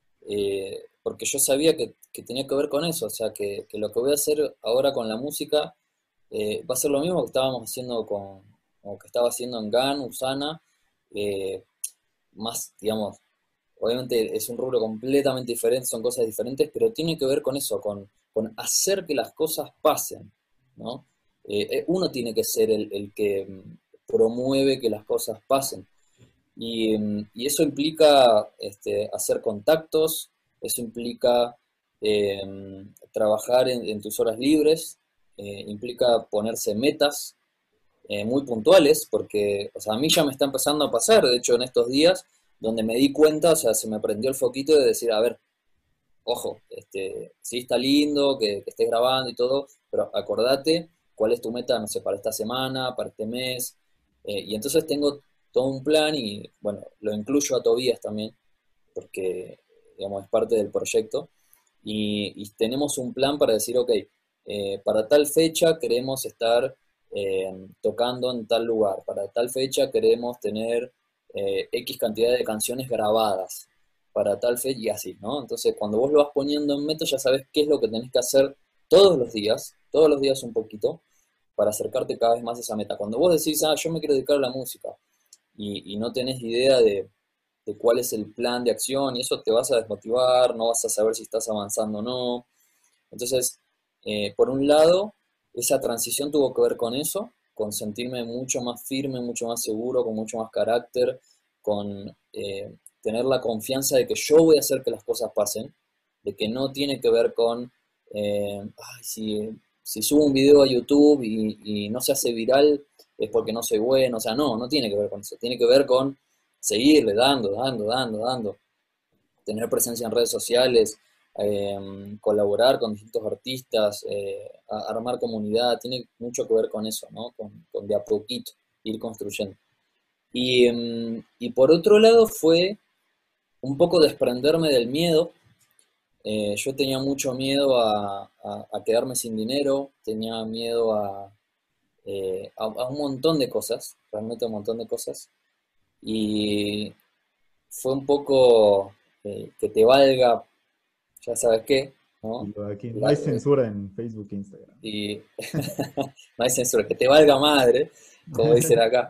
eh, porque yo sabía que, que tenía que ver con eso, o sea, que, que lo que voy a hacer ahora con la música eh, va a ser lo mismo que estábamos haciendo con, o que estaba haciendo en GAN, Usana, eh, más, digamos, obviamente es un rubro completamente diferente, son cosas diferentes, pero tiene que ver con eso, con, con hacer que las cosas pasen, ¿no? Eh, eh, uno tiene que ser el, el que mm, promueve que las cosas pasen. Y, mm, y eso implica este, hacer contactos, eso implica eh, trabajar en, en tus horas libres, eh, implica ponerse metas eh, muy puntuales, porque, o sea, a mí ya me está empezando a pasar, de hecho, en estos días, donde me di cuenta, o sea, se me prendió el foquito de decir, a ver, ojo, este, sí está lindo que, que estés grabando y todo, pero acordate cuál es tu meta, no sé, para esta semana, para este mes, eh, y entonces tengo todo un plan y, bueno, lo incluyo a Tobías también, porque, digamos, es parte del proyecto, y, y tenemos un plan para decir, ok, eh, para tal fecha queremos estar eh, tocando en tal lugar, para tal fecha queremos tener eh, X cantidad de canciones grabadas, para tal fecha y así, ¿no? Entonces, cuando vos lo vas poniendo en meta, ya sabes qué es lo que tenés que hacer todos los días, todos los días un poquito, para acercarte cada vez más a esa meta. Cuando vos decís, ah, yo me quiero dedicar a la música, y, y no tenés idea de, de cuál es el plan de acción, y eso te vas a desmotivar, no vas a saber si estás avanzando o no. Entonces, eh, por un lado, esa transición tuvo que ver con eso, con sentirme mucho más firme, mucho más seguro, con mucho más carácter, con eh, tener la confianza de que yo voy a hacer que las cosas pasen, de que no tiene que ver con, eh, ay, si, si subo un video a YouTube y, y no se hace viral es porque no soy bueno, o sea, no, no tiene que ver con eso, tiene que ver con seguirle dando, dando, dando, dando, tener presencia en redes sociales, eh, colaborar con distintos artistas, eh, armar comunidad, tiene mucho que ver con eso, ¿no? Con, con de a poquito ir construyendo. Y, um, y por otro lado fue un poco desprenderme del miedo. Eh, yo tenía mucho miedo a, a, a, quedarme sin dinero, tenía miedo a, eh, a, a un montón de cosas, realmente un montón de cosas. Y fue un poco eh, que te valga, ya sabes qué, ¿no? Y aquí no La- hay eh, censura en Facebook e Instagram. y no hay censura, que te valga madre, como dicen acá.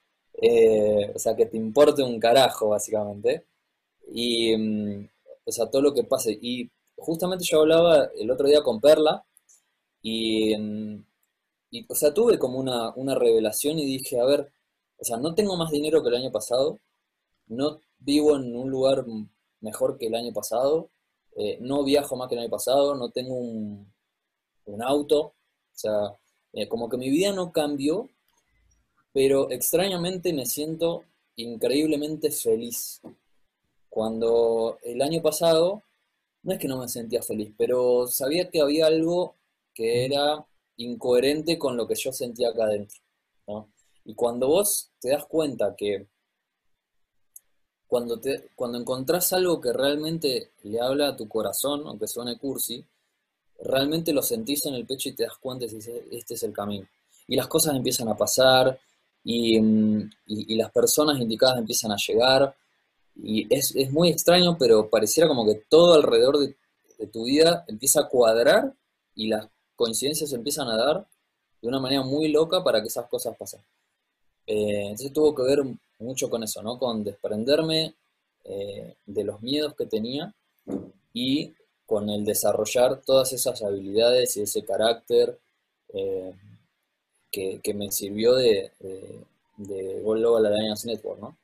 Eh, o sea, que te importe un carajo, básicamente. Y, mm, o sea, todo lo que pase. Y justamente yo hablaba el otro día con Perla y, mm, y, o sea, tuve como una, una revelación y dije, a ver, o sea, no tengo más dinero que el año pasado, no vivo en un lugar mejor que el año pasado, eh, no viajo más que el año pasado, no tengo un, un auto, o sea, eh, como que mi vida no cambió, pero extrañamente me siento increíblemente feliz. Cuando el año pasado, no es que no me sentía feliz, pero sabía que había algo que era incoherente con lo que yo sentía acá adentro, ¿no? Y cuando vos te das cuenta que cuando, te, cuando encontrás algo que realmente le habla a tu corazón, aunque suene cursi, realmente lo sentís en el pecho y te das cuenta y dices, este es el camino. Y las cosas empiezan a pasar y, mm, y, y las personas indicadas empiezan a llegar. Y es, es muy extraño, pero pareciera como que todo alrededor de, de tu vida empieza a cuadrar y las coincidencias se empiezan a dar de una manera muy loca para que esas cosas pasen. Eh, entonces tuvo que ver mucho con eso, ¿no? Con desprenderme eh, de los miedos que tenía y con el desarrollar todas esas habilidades y ese carácter eh, que, que, me sirvió de, de, de Go Global Alliance Network, ¿no?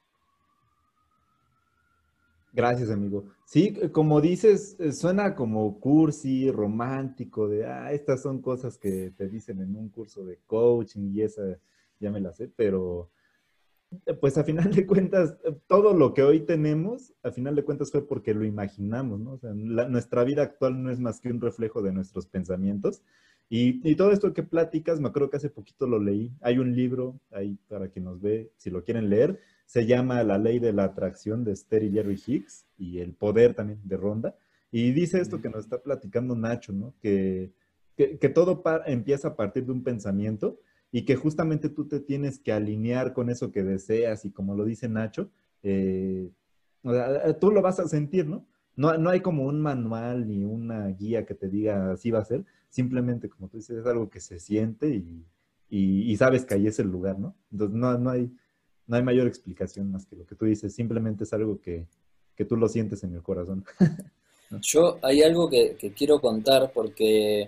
Gracias, amigo. Sí, eh, como dices, eh, suena como cursi, romántico, de, ah, estas son cosas que te dicen en un curso de coaching y esa ya me la sé, pero pues a final de cuentas, todo lo que hoy tenemos, a final de cuentas fue porque lo imaginamos, ¿no? O sea, la- nuestra vida actual no es más que un reflejo de nuestros pensamientos. Y, y todo esto que platicas, me acuerdo que hace poquito lo leí. Hay un libro ahí para quien nos ve, si lo quieren leer, se llama La Ley de la Atracción de Esther y Jerry Hicks y El Poder también de Ronda. Y dice esto que nos está platicando Nacho, ¿no? Que, que, que todo pa- empieza a partir de un pensamiento y que justamente tú te tienes que alinear con eso que deseas y como lo dice Nacho, eh, o sea, tú lo vas a sentir, ¿no? ¿no? No hay como un manual ni una guía que te diga así va a ser, simplemente como tú dices, es algo que se siente y, y, y sabes que ahí es el lugar, ¿no? Entonces no, no, hay, no hay mayor explicación más que lo que tú dices, simplemente es algo que, que tú lo sientes en el corazón. ¿no? Yo hay algo que, que quiero contar porque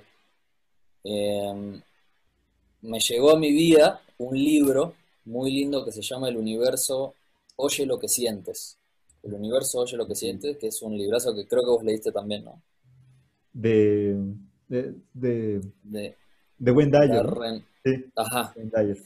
eh, me llegó a mi vida un libro muy lindo que se llama El universo oye lo que sientes. El universo oye lo que sientes, que es un librazo que creo que vos leíste también, ¿no? De, de, de, De de Wayne Dyer, ¿no? Darren. Sí, Ajá. Wayne Dyer.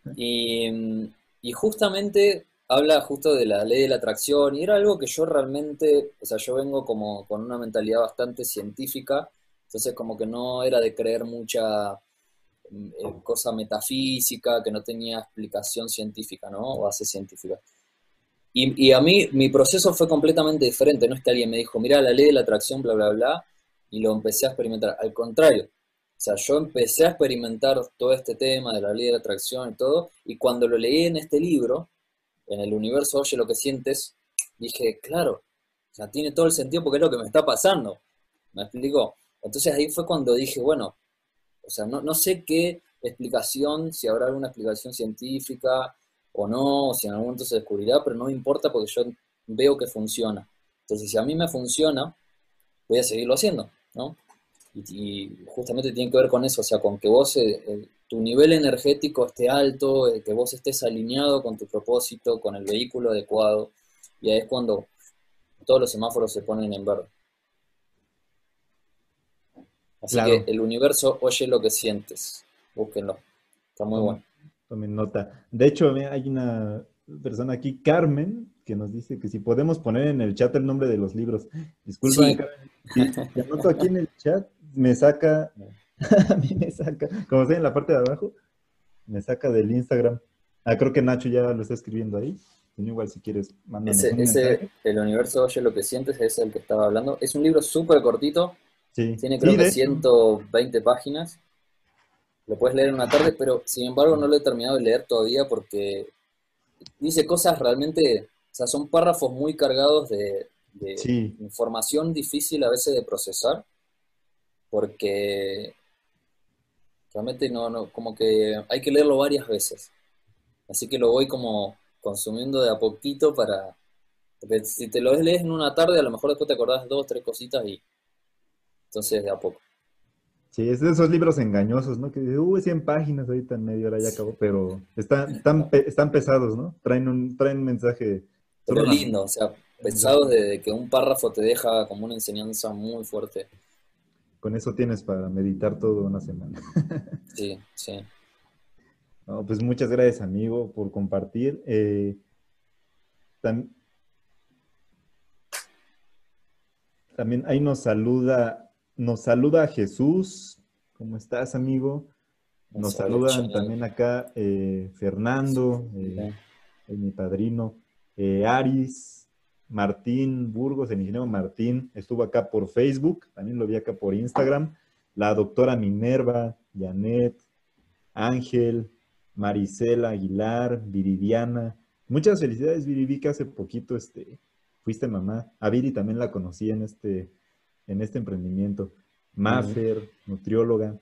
Y, y justamente habla justo de la ley de la atracción, y era algo que yo realmente, o sea, yo vengo como con una mentalidad bastante científica, entonces como que no era de creer mucha eh, cosa metafísica, que no tenía explicación científica, ¿no? O base científica. Y, y a mí, mi proceso fue completamente diferente, no es que alguien me dijo, mira, la ley de la atracción, bla, bla, bla, y lo empecé a experimentar. Al contrario, o sea, yo empecé a experimentar todo este tema de la ley de la atracción y todo, y cuando lo leí en este libro, en el universo oye lo que sientes, dije, claro, o sea, tiene todo el sentido porque es lo que me está pasando. ¿Me explico? Entonces ahí fue cuando dije, bueno, o sea, no, no sé qué explicación, si habrá alguna explicación científica o no, o si en algún momento se descubrirá, pero no me importa porque yo veo que funciona. Entonces, si a mí me funciona, voy a seguirlo haciendo, ¿no? Y, y justamente tiene que ver con eso, o sea, con que vos, eh, eh, tu nivel energético esté alto, eh, que vos estés alineado con tu propósito, con el vehículo adecuado, y ahí es cuando todos los semáforos se ponen en verde. Así que Claro, el universo oye lo que sientes, búsquenlo, está muy tomen, bueno. tomen nota. De hecho, ve, hay una persona aquí, Carmen, que nos dice que si podemos poner en el chat el nombre de los libros. Disculpa, Sí, Carmen, si, si anoto aquí en el chat, me saca, a mí me saca, como está en la parte de abajo, me saca del Instagram. Ah, creo que Nacho ya lo está escribiendo ahí. Si no, igual si quieres, mándanos ese, un ese, mensaje. El universo oye lo que sientes, es el que estaba hablando. Es un libro súper cortito, Sí, tiene creo sí, que de hecho. ciento veinte páginas, lo puedes leer en una tarde, pero sin embargo no lo he terminado de leer todavía porque dice cosas realmente, o sea, son párrafos muy cargados de, de Sí, información difícil a veces de procesar, porque realmente no, no, como que hay que leerlo varias veces. Así que lo voy como consumiendo de a poquito para, porque si te lo lees en una tarde, a lo mejor después te acordás dos, tres cositas y entonces de a poco. sí, es de esos libros engañosos, ¿no? Que dice, uy, cien páginas, ahorita en media hora ya acabó, pero están, están, pe- están pesados, ¿no? Traen un, traen mensaje, Pero solo una, lindo, o sea, un mensaje. pensados de, de que un párrafo te deja como una enseñanza muy fuerte. Con eso tienes para meditar toda una semana. Sí, sí. No, pues muchas gracias, amigo, por compartir. Eh, tam- también ahí nos saluda, nos saluda Jesús. ¿Cómo estás, amigo? Un Nos saludo saludan genial. también acá eh, Fernando, eh, Bien. es mi padrino, eh, Aris, Martín Burgos, el ingeniero Martín, estuvo acá por Facebook, también lo vi acá por Instagram, la doctora Minerva, Janet, Ángel, Marisela Aguilar, Viridiana. Muchas felicidades, Viri, vi que hace poquito este, fuiste mamá. A Viri también la conocí en este, en este emprendimiento. Mm. Mafer, nutrióloga,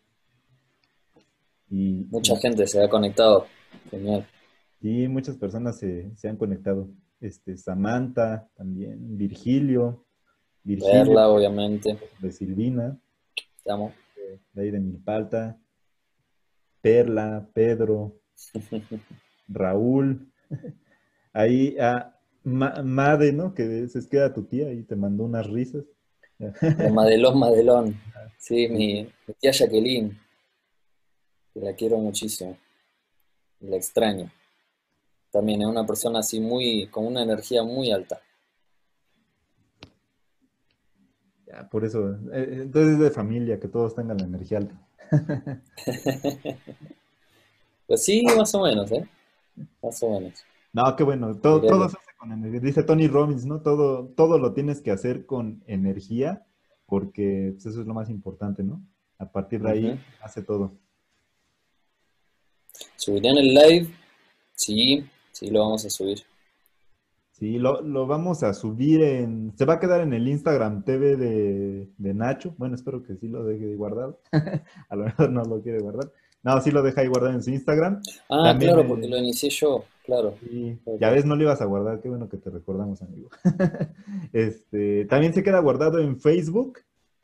y, Mucha y gente se ha conectado. Genial. sí, muchas personas se, se han conectado. Este, Samantha también, Virgilio, Virgilio Verla, obviamente. de Silvina, Te amo. de ahí de Milpalta, Perla, Pedro, Raúl, ahí a Ma- Made, ¿no? Que se queda tu tía y te mandó unas risas. De Madelón, Madelón. Sí, mi, Sí, mi tía Jacqueline, que la quiero muchísimo. Y la extraño. también es una persona así muy, con una energía muy alta. Ya, por eso. eh, Entonces es de familia, que todos tengan la energía alta. Pues sí, más o menos, ¿eh? Más o menos. No, qué bueno. Todo, Diría todo que se hace con energía. Dice Tony Robbins, ¿no? Todo, todo lo tienes que hacer con energía, porque pues, eso es lo más importante, ¿no? A partir de ahí ujú. hace todo. ¿Subirían el live? Sí, sí lo vamos a subir. Sí, lo, lo vamos a subir en... Se va a quedar en el Instagram T V de, de Nacho. Bueno, espero que sí lo deje guardado. A lo mejor no lo quiere guardar. No, sí lo deja ahí guardado en su Instagram. Ah, También, claro, porque eh, lo inicié yo, claro. sí, ya Ok. ves, no lo ibas a guardar. Qué bueno que te recordamos, amigo. Este, también se queda guardado en Facebook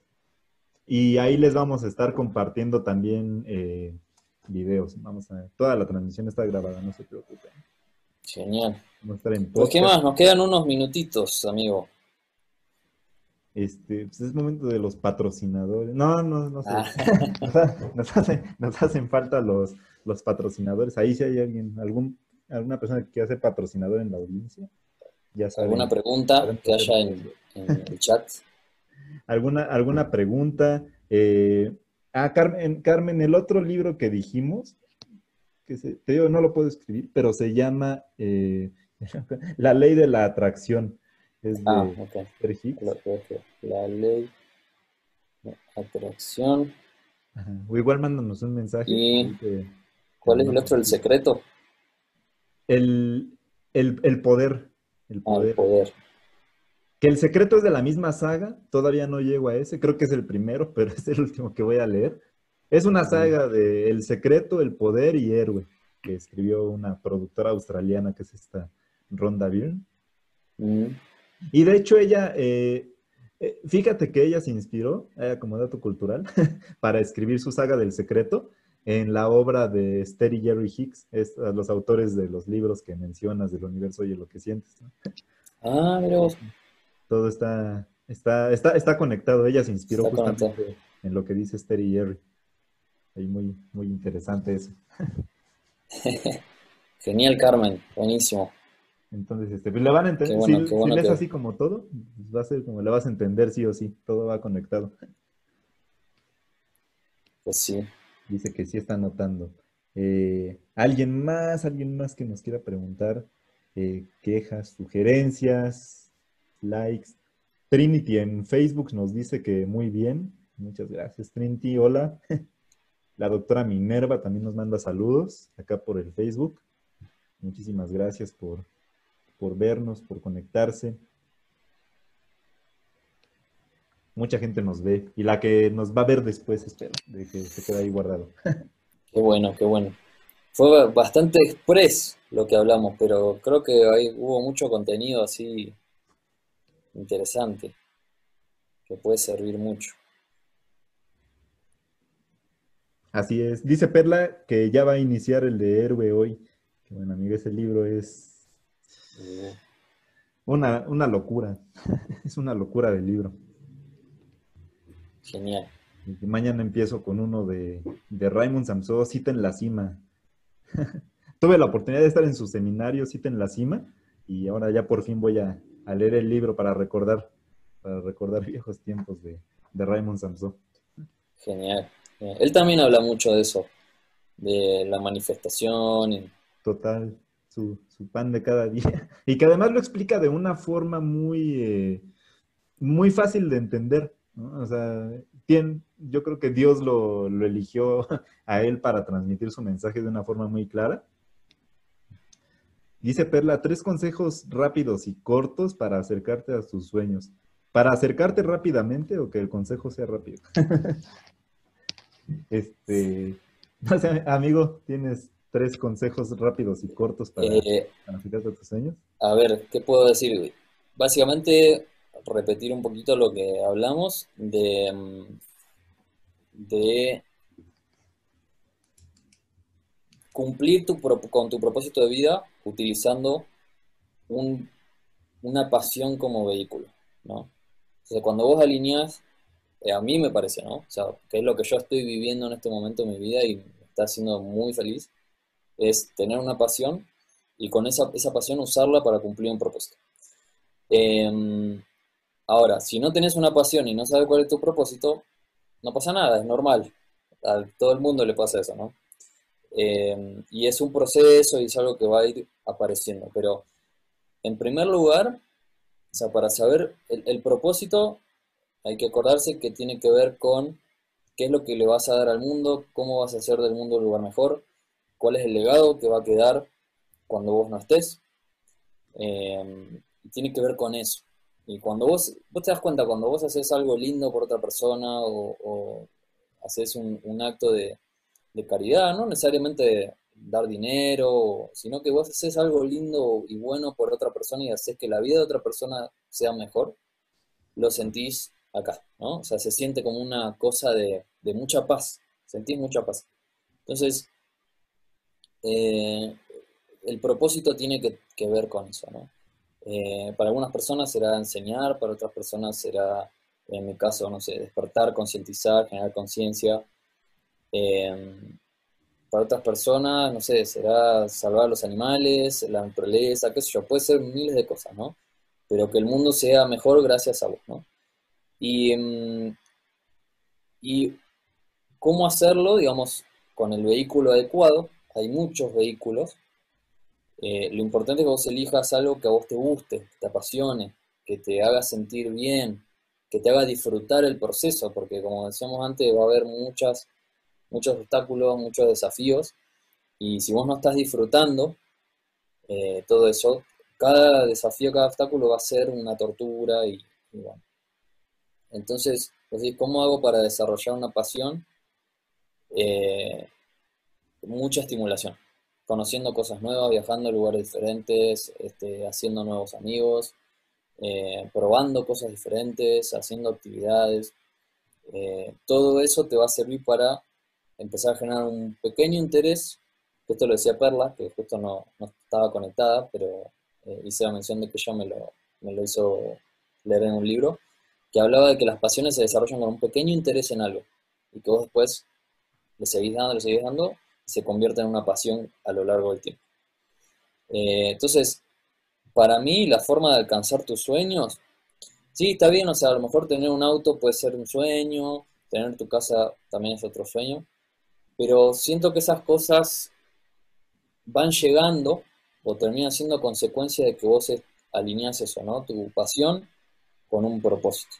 y ahí les vamos a estar compartiendo también eh, videos. Vamos a ver. Toda la transmisión está grabada, no se preocupen. Genial. Vamos a estar en Pues, ¿qué podcast. más? Nos quedan unos minutitos, amigo. Este, pues es momento de los patrocinadores. No, no, no sé. Ah, Nos, ha- nos hacen, nos hacen falta los, los patrocinadores. Ahí si hay alguien, algún, alguna persona que quiera ser patrocinador en la audiencia, ya ¿alguna saben, pregunta saben qué que hacer haya ustedes. en, en el chat? ¿Alguna, alguna pregunta? Eh, ah, Carmen, Carmen, el otro libro que dijimos, que se- te digo, no lo puedo escribir, pero se llama eh, La Ley de la Atracción. Es Ah, de ok. Esther Lo Hicks. que es la ley de atracción. Ajá. O igual mándanos un mensaje, ¿Y ahí te, te lo cuál es el mando otro? El rápido. secreto. El, el, el poder, el Ah, el poder. poder. Que el secreto es de la misma saga, todavía no llego a ese, creo que es el primero, pero es el último que voy a leer. Es una Mm, saga de El secreto, el poder y héroe, que escribió una productora australiana que es esta Rhonda Byrne. mm. Y de hecho ella, eh, eh, fíjate que ella se inspiró, eh, como dato cultural, para escribir su saga del secreto en la obra de Esther y Jerry Hicks, es, a los autores de los libros que mencionas del universo y lo que sientes, ¿no? Ah, mira vos. Todo está, está, está, está conectado. Ella se inspiró Está conectado. justamente en lo que dice Esther y Jerry. Ahí muy, muy interesante eso. Genial, Carmen. Buenísimo. Entonces, este, pues le van a Qué entender, bueno, qué si, si bueno lees que... así como todo, pues va a ser como le vas a entender sí o sí, todo va conectado. Pues sí. Dice que sí está anotando. Eh, ¿alguien más, alguien más que nos quiera preguntar? Eh, quejas, sugerencias, likes. Trinity en Facebook nos dice que muy bien. Muchas gracias, Trinity. Hola. La doctora Minerva también nos manda saludos acá por el Facebook. Muchísimas gracias por, por vernos, por conectarse. Mucha gente nos ve y la que nos va a ver después, espero, de que se quede ahí guardado. Qué bueno, qué bueno. Fue bastante express lo que hablamos, pero creo que ahí hubo mucho contenido así interesante que puede servir mucho. Así es. Dice Perla que ya va a iniciar el de Héroe hoy. Que bueno, amiga, ese libro es Uh, una, una locura. Es una locura de libro. Genial. Y que mañana empiezo con uno de, de Raymond Samson, Cita en la Cima. Tuve la oportunidad de estar en su seminario, Cita en la Cima, y ahora ya por fin voy a, a leer el libro para recordar, para recordar viejos tiempos de, de Raymond Samson. Genial. Genial. Él también habla mucho de eso, de la manifestación. y- Total, su, su pan de cada día. Y que además lo explica de una forma muy, eh, muy fácil de entender, ¿no? O sea, tiene, yo creo que Dios lo, lo eligió a él para transmitir su mensaje de una forma muy clara. Dice Perla, tres consejos rápidos y cortos para acercarte a tus sueños. ¿Para acercarte rápidamente o que el consejo sea rápido? Este, no sé, amigo, ¿tienes tres consejos rápidos y cortos para, eh, para acercarte a tus sueños? a ver, ¿qué puedo decir? Básicamente, repetir un poquito lo que hablamos de, mm, de cumplir tu, pro- con tu propósito de vida utilizando un- una pasión como vehículo, ¿no? O sea, cuando vos alineás, eh, a mí me parece, ¿no? O sea, que es lo que yo estoy viviendo en este momento de mi vida y me está haciendo muy feliz, es tener una pasión y con esa, esa pasión usarla para cumplir un propósito. Eh, Ahora, si no tenés una pasión y no sabes cuál es tu propósito, no pasa nada, es normal. A todo el mundo le pasa eso, ¿no? Eh, y es un proceso y es algo que va a ir apareciendo. Pero en primer lugar, o sea, para saber el, el propósito, hay que acordarse que tiene que ver con qué es lo que le vas a dar al mundo, cómo vas a hacer del mundo un lugar mejor, cuál es el legado que va a quedar cuando vos no estés. Eh, y tiene que ver con eso. Y cuando vos, vos te das cuenta, cuando vos haces algo lindo por otra persona o, o haces un, un acto de, de caridad, no necesariamente dar dinero, sino que vos haces algo lindo y bueno por otra persona y haces que la vida de otra persona sea mejor, lo sentís acá, ¿no? O sea, se siente como una cosa de, de mucha paz, sentís mucha paz. Entonces, eh, el propósito tiene que, que ver con eso, ¿no? Eh, para algunas personas será enseñar, para otras personas será, en mi caso, no sé, despertar, concientizar, generar conciencia. Eh, para otras personas, no sé, será salvar a los animales, la naturaleza, qué sé yo, puede ser miles de cosas, ¿no? Pero que el mundo sea mejor gracias a vos, ¿no? Y, mm, y cómo hacerlo, digamos, con el vehículo adecuado, hay muchos vehículos. Eh, lo importante es que vos elijas algo que a vos te guste, que te apasione, que te haga sentir bien, que te haga disfrutar el proceso, porque como decíamos antes, va a haber muchas, muchos obstáculos, muchos desafíos, y si vos no estás disfrutando eh, todo eso, cada desafío, cada obstáculo va a ser una tortura y, y bueno. Entonces, pues, sí, ¿cómo hago para desarrollar una pasión? Eh, Mucha estimulación, conociendo cosas nuevas, viajando a lugares diferentes, este, haciendo nuevos amigos, eh, probando cosas diferentes, haciendo actividades. Eh, todo eso te va a servir para empezar a generar un pequeño interés. Esto lo decía Perla, que justo no, no estaba conectada, pero eh, hice la mención de que ella me lo, me lo hizo leer en un libro, que hablaba de que las pasiones se desarrollan con un pequeño interés en algo y que vos después le seguís dando, le seguís dando y se convierte en una pasión a lo largo del tiempo. Eh, entonces, para mí, la forma de alcanzar tus sueños, sí, está bien, o sea, a lo mejor tener un auto puede ser un sueño, tener tu casa también es otro sueño, pero siento que esas cosas van llegando o terminan siendo consecuencia de que vos alineas eso, ¿no? Tu pasión con un propósito.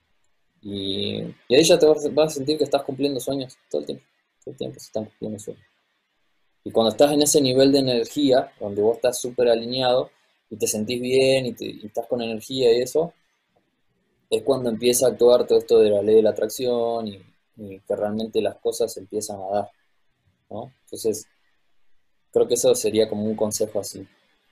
Y, y ahí ya te vas, vas a sentir que estás cumpliendo sueños todo el tiempo. Todo el tiempo se están cumpliendo sueños. Y cuando estás en ese nivel de energía, donde vos estás súper alineado y te sentís bien y, te, y estás con energía y eso, es cuando empieza a actuar todo esto de la ley de la atracción y, y que realmente las cosas se empiezan a dar, ¿no? Entonces, creo que eso sería como un consejo así.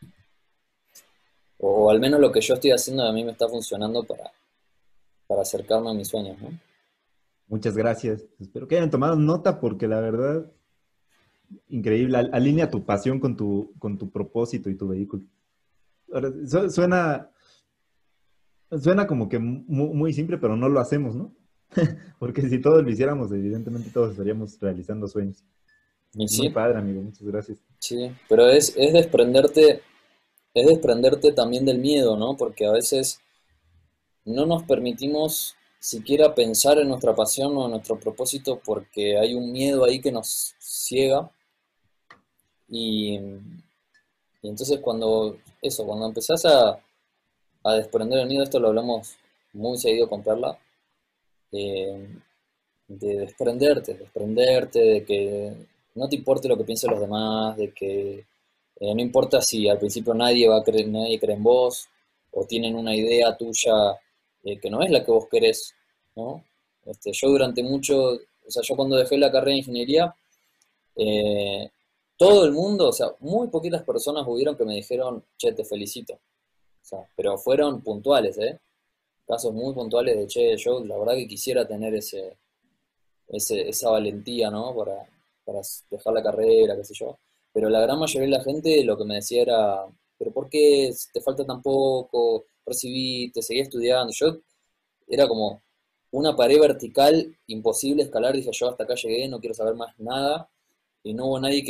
O, o al menos lo que yo estoy haciendo a mí me está funcionando para, para acercarme a mis sueños, ¿no? Muchas gracias. Espero que hayan tomado nota porque la verdad, increíble. Al- Alinea tu pasión con tu, con tu propósito y tu vehículo. Ahora, su- suena, suena como que mu- muy, simple, pero no lo hacemos, ¿no? Porque si todos lo hiciéramos, evidentemente todos estaríamos realizando sueños. Y Muy sí, padre, amigo. Muchas gracias. sí, pero es, es desprenderte, es desprenderte también del miedo, ¿no? Porque a veces no nos permitimos siquiera pensar en nuestra pasión o en nuestro propósito porque hay un miedo ahí que nos ciega y, y entonces cuando, eso, cuando empezás a, a desprender el miedo, esto lo hablamos muy seguido con Perla, eh, de desprenderte, desprenderte, de que no te importe lo que piensen los demás, de que eh, no importa si al principio nadie va a creer, nadie cree en vos, o tienen una idea tuya eh, que no es la que vos querés, ¿no? Este, yo durante mucho, o sea, yo cuando dejé la carrera de ingeniería, eh, todo el mundo, o sea, muy poquitas personas hubieron que me dijeron, che, te felicito. O sea, pero fueron puntuales, ¿eh? Casos muy puntuales de, che, yo la verdad que quisiera tener ese, ese, esa valentía, ¿no? Para, para dejar la carrera, qué sé yo. Pero la gran mayoría de la gente lo que me decía era, pero ¿por qué te falta tan poco? Recibiste, seguí estudiando. Yo era como una pared vertical imposible escalar. Dije, yo hasta acá llegué, no quiero saber más nada. Y no hubo nadie que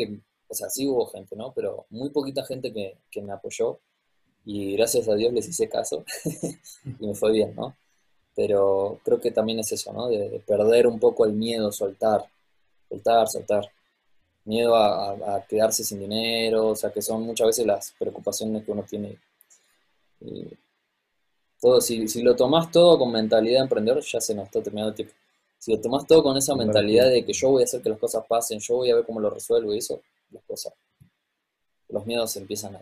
o sea, sí hubo gente, ¿no? Pero muy poquita gente que, que me apoyó y gracias a Dios les hice caso y me fue bien, ¿no? Pero creo que también es eso, ¿no? De, de perder un poco el miedo, soltar, soltar, soltar. Miedo a, a- a quedarse sin dinero, o sea, que son muchas veces las preocupaciones que uno tiene. Y todo, si, si lo tomás todo con mentalidad de emprendedor, ya se nos está terminando el tiempo. Si lo tomás todo con esa Claro mentalidad que de que yo voy a hacer que las cosas pasen, yo voy a ver cómo lo resuelvo y eso, las cosas, los miedos se empiezan a...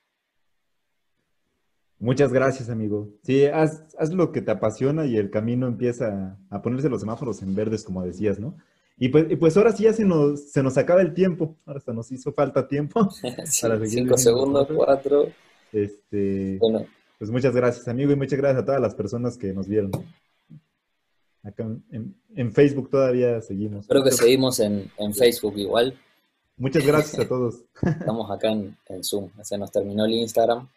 muchas gracias, amigo. Sí, haz, haz lo que te apasiona y el camino empieza a ponerse los semáforos en verdes, como decías, ¿no? Y pues, y pues ahora sí ya se nos, se nos acaba el tiempo. Ahora hasta nos hizo falta tiempo para Sí, seguir cinco diciendo segundos, cosas. cuatro. Este, Bueno, pues muchas gracias, amigo, y muchas gracias a todas las personas que nos vieron. Acá en, en- en Facebook todavía seguimos. creo que Muchas, seguimos en, en Facebook igual. muchas gracias a todos. Estamos acá en, en Zoom. Se nos terminó el Instagram.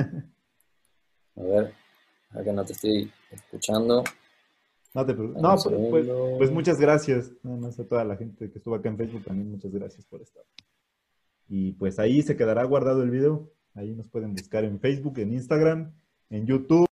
A ver, acá no te estoy escuchando. No, te preocu- Dame un no, pues, pues, pues segundo. muchas gracias. Nada más a toda la gente que estuvo acá en Facebook también, muchas gracias por estar. Y pues ahí se quedará guardado el video. Ahí nos pueden buscar en Facebook, en Instagram, en YouTube.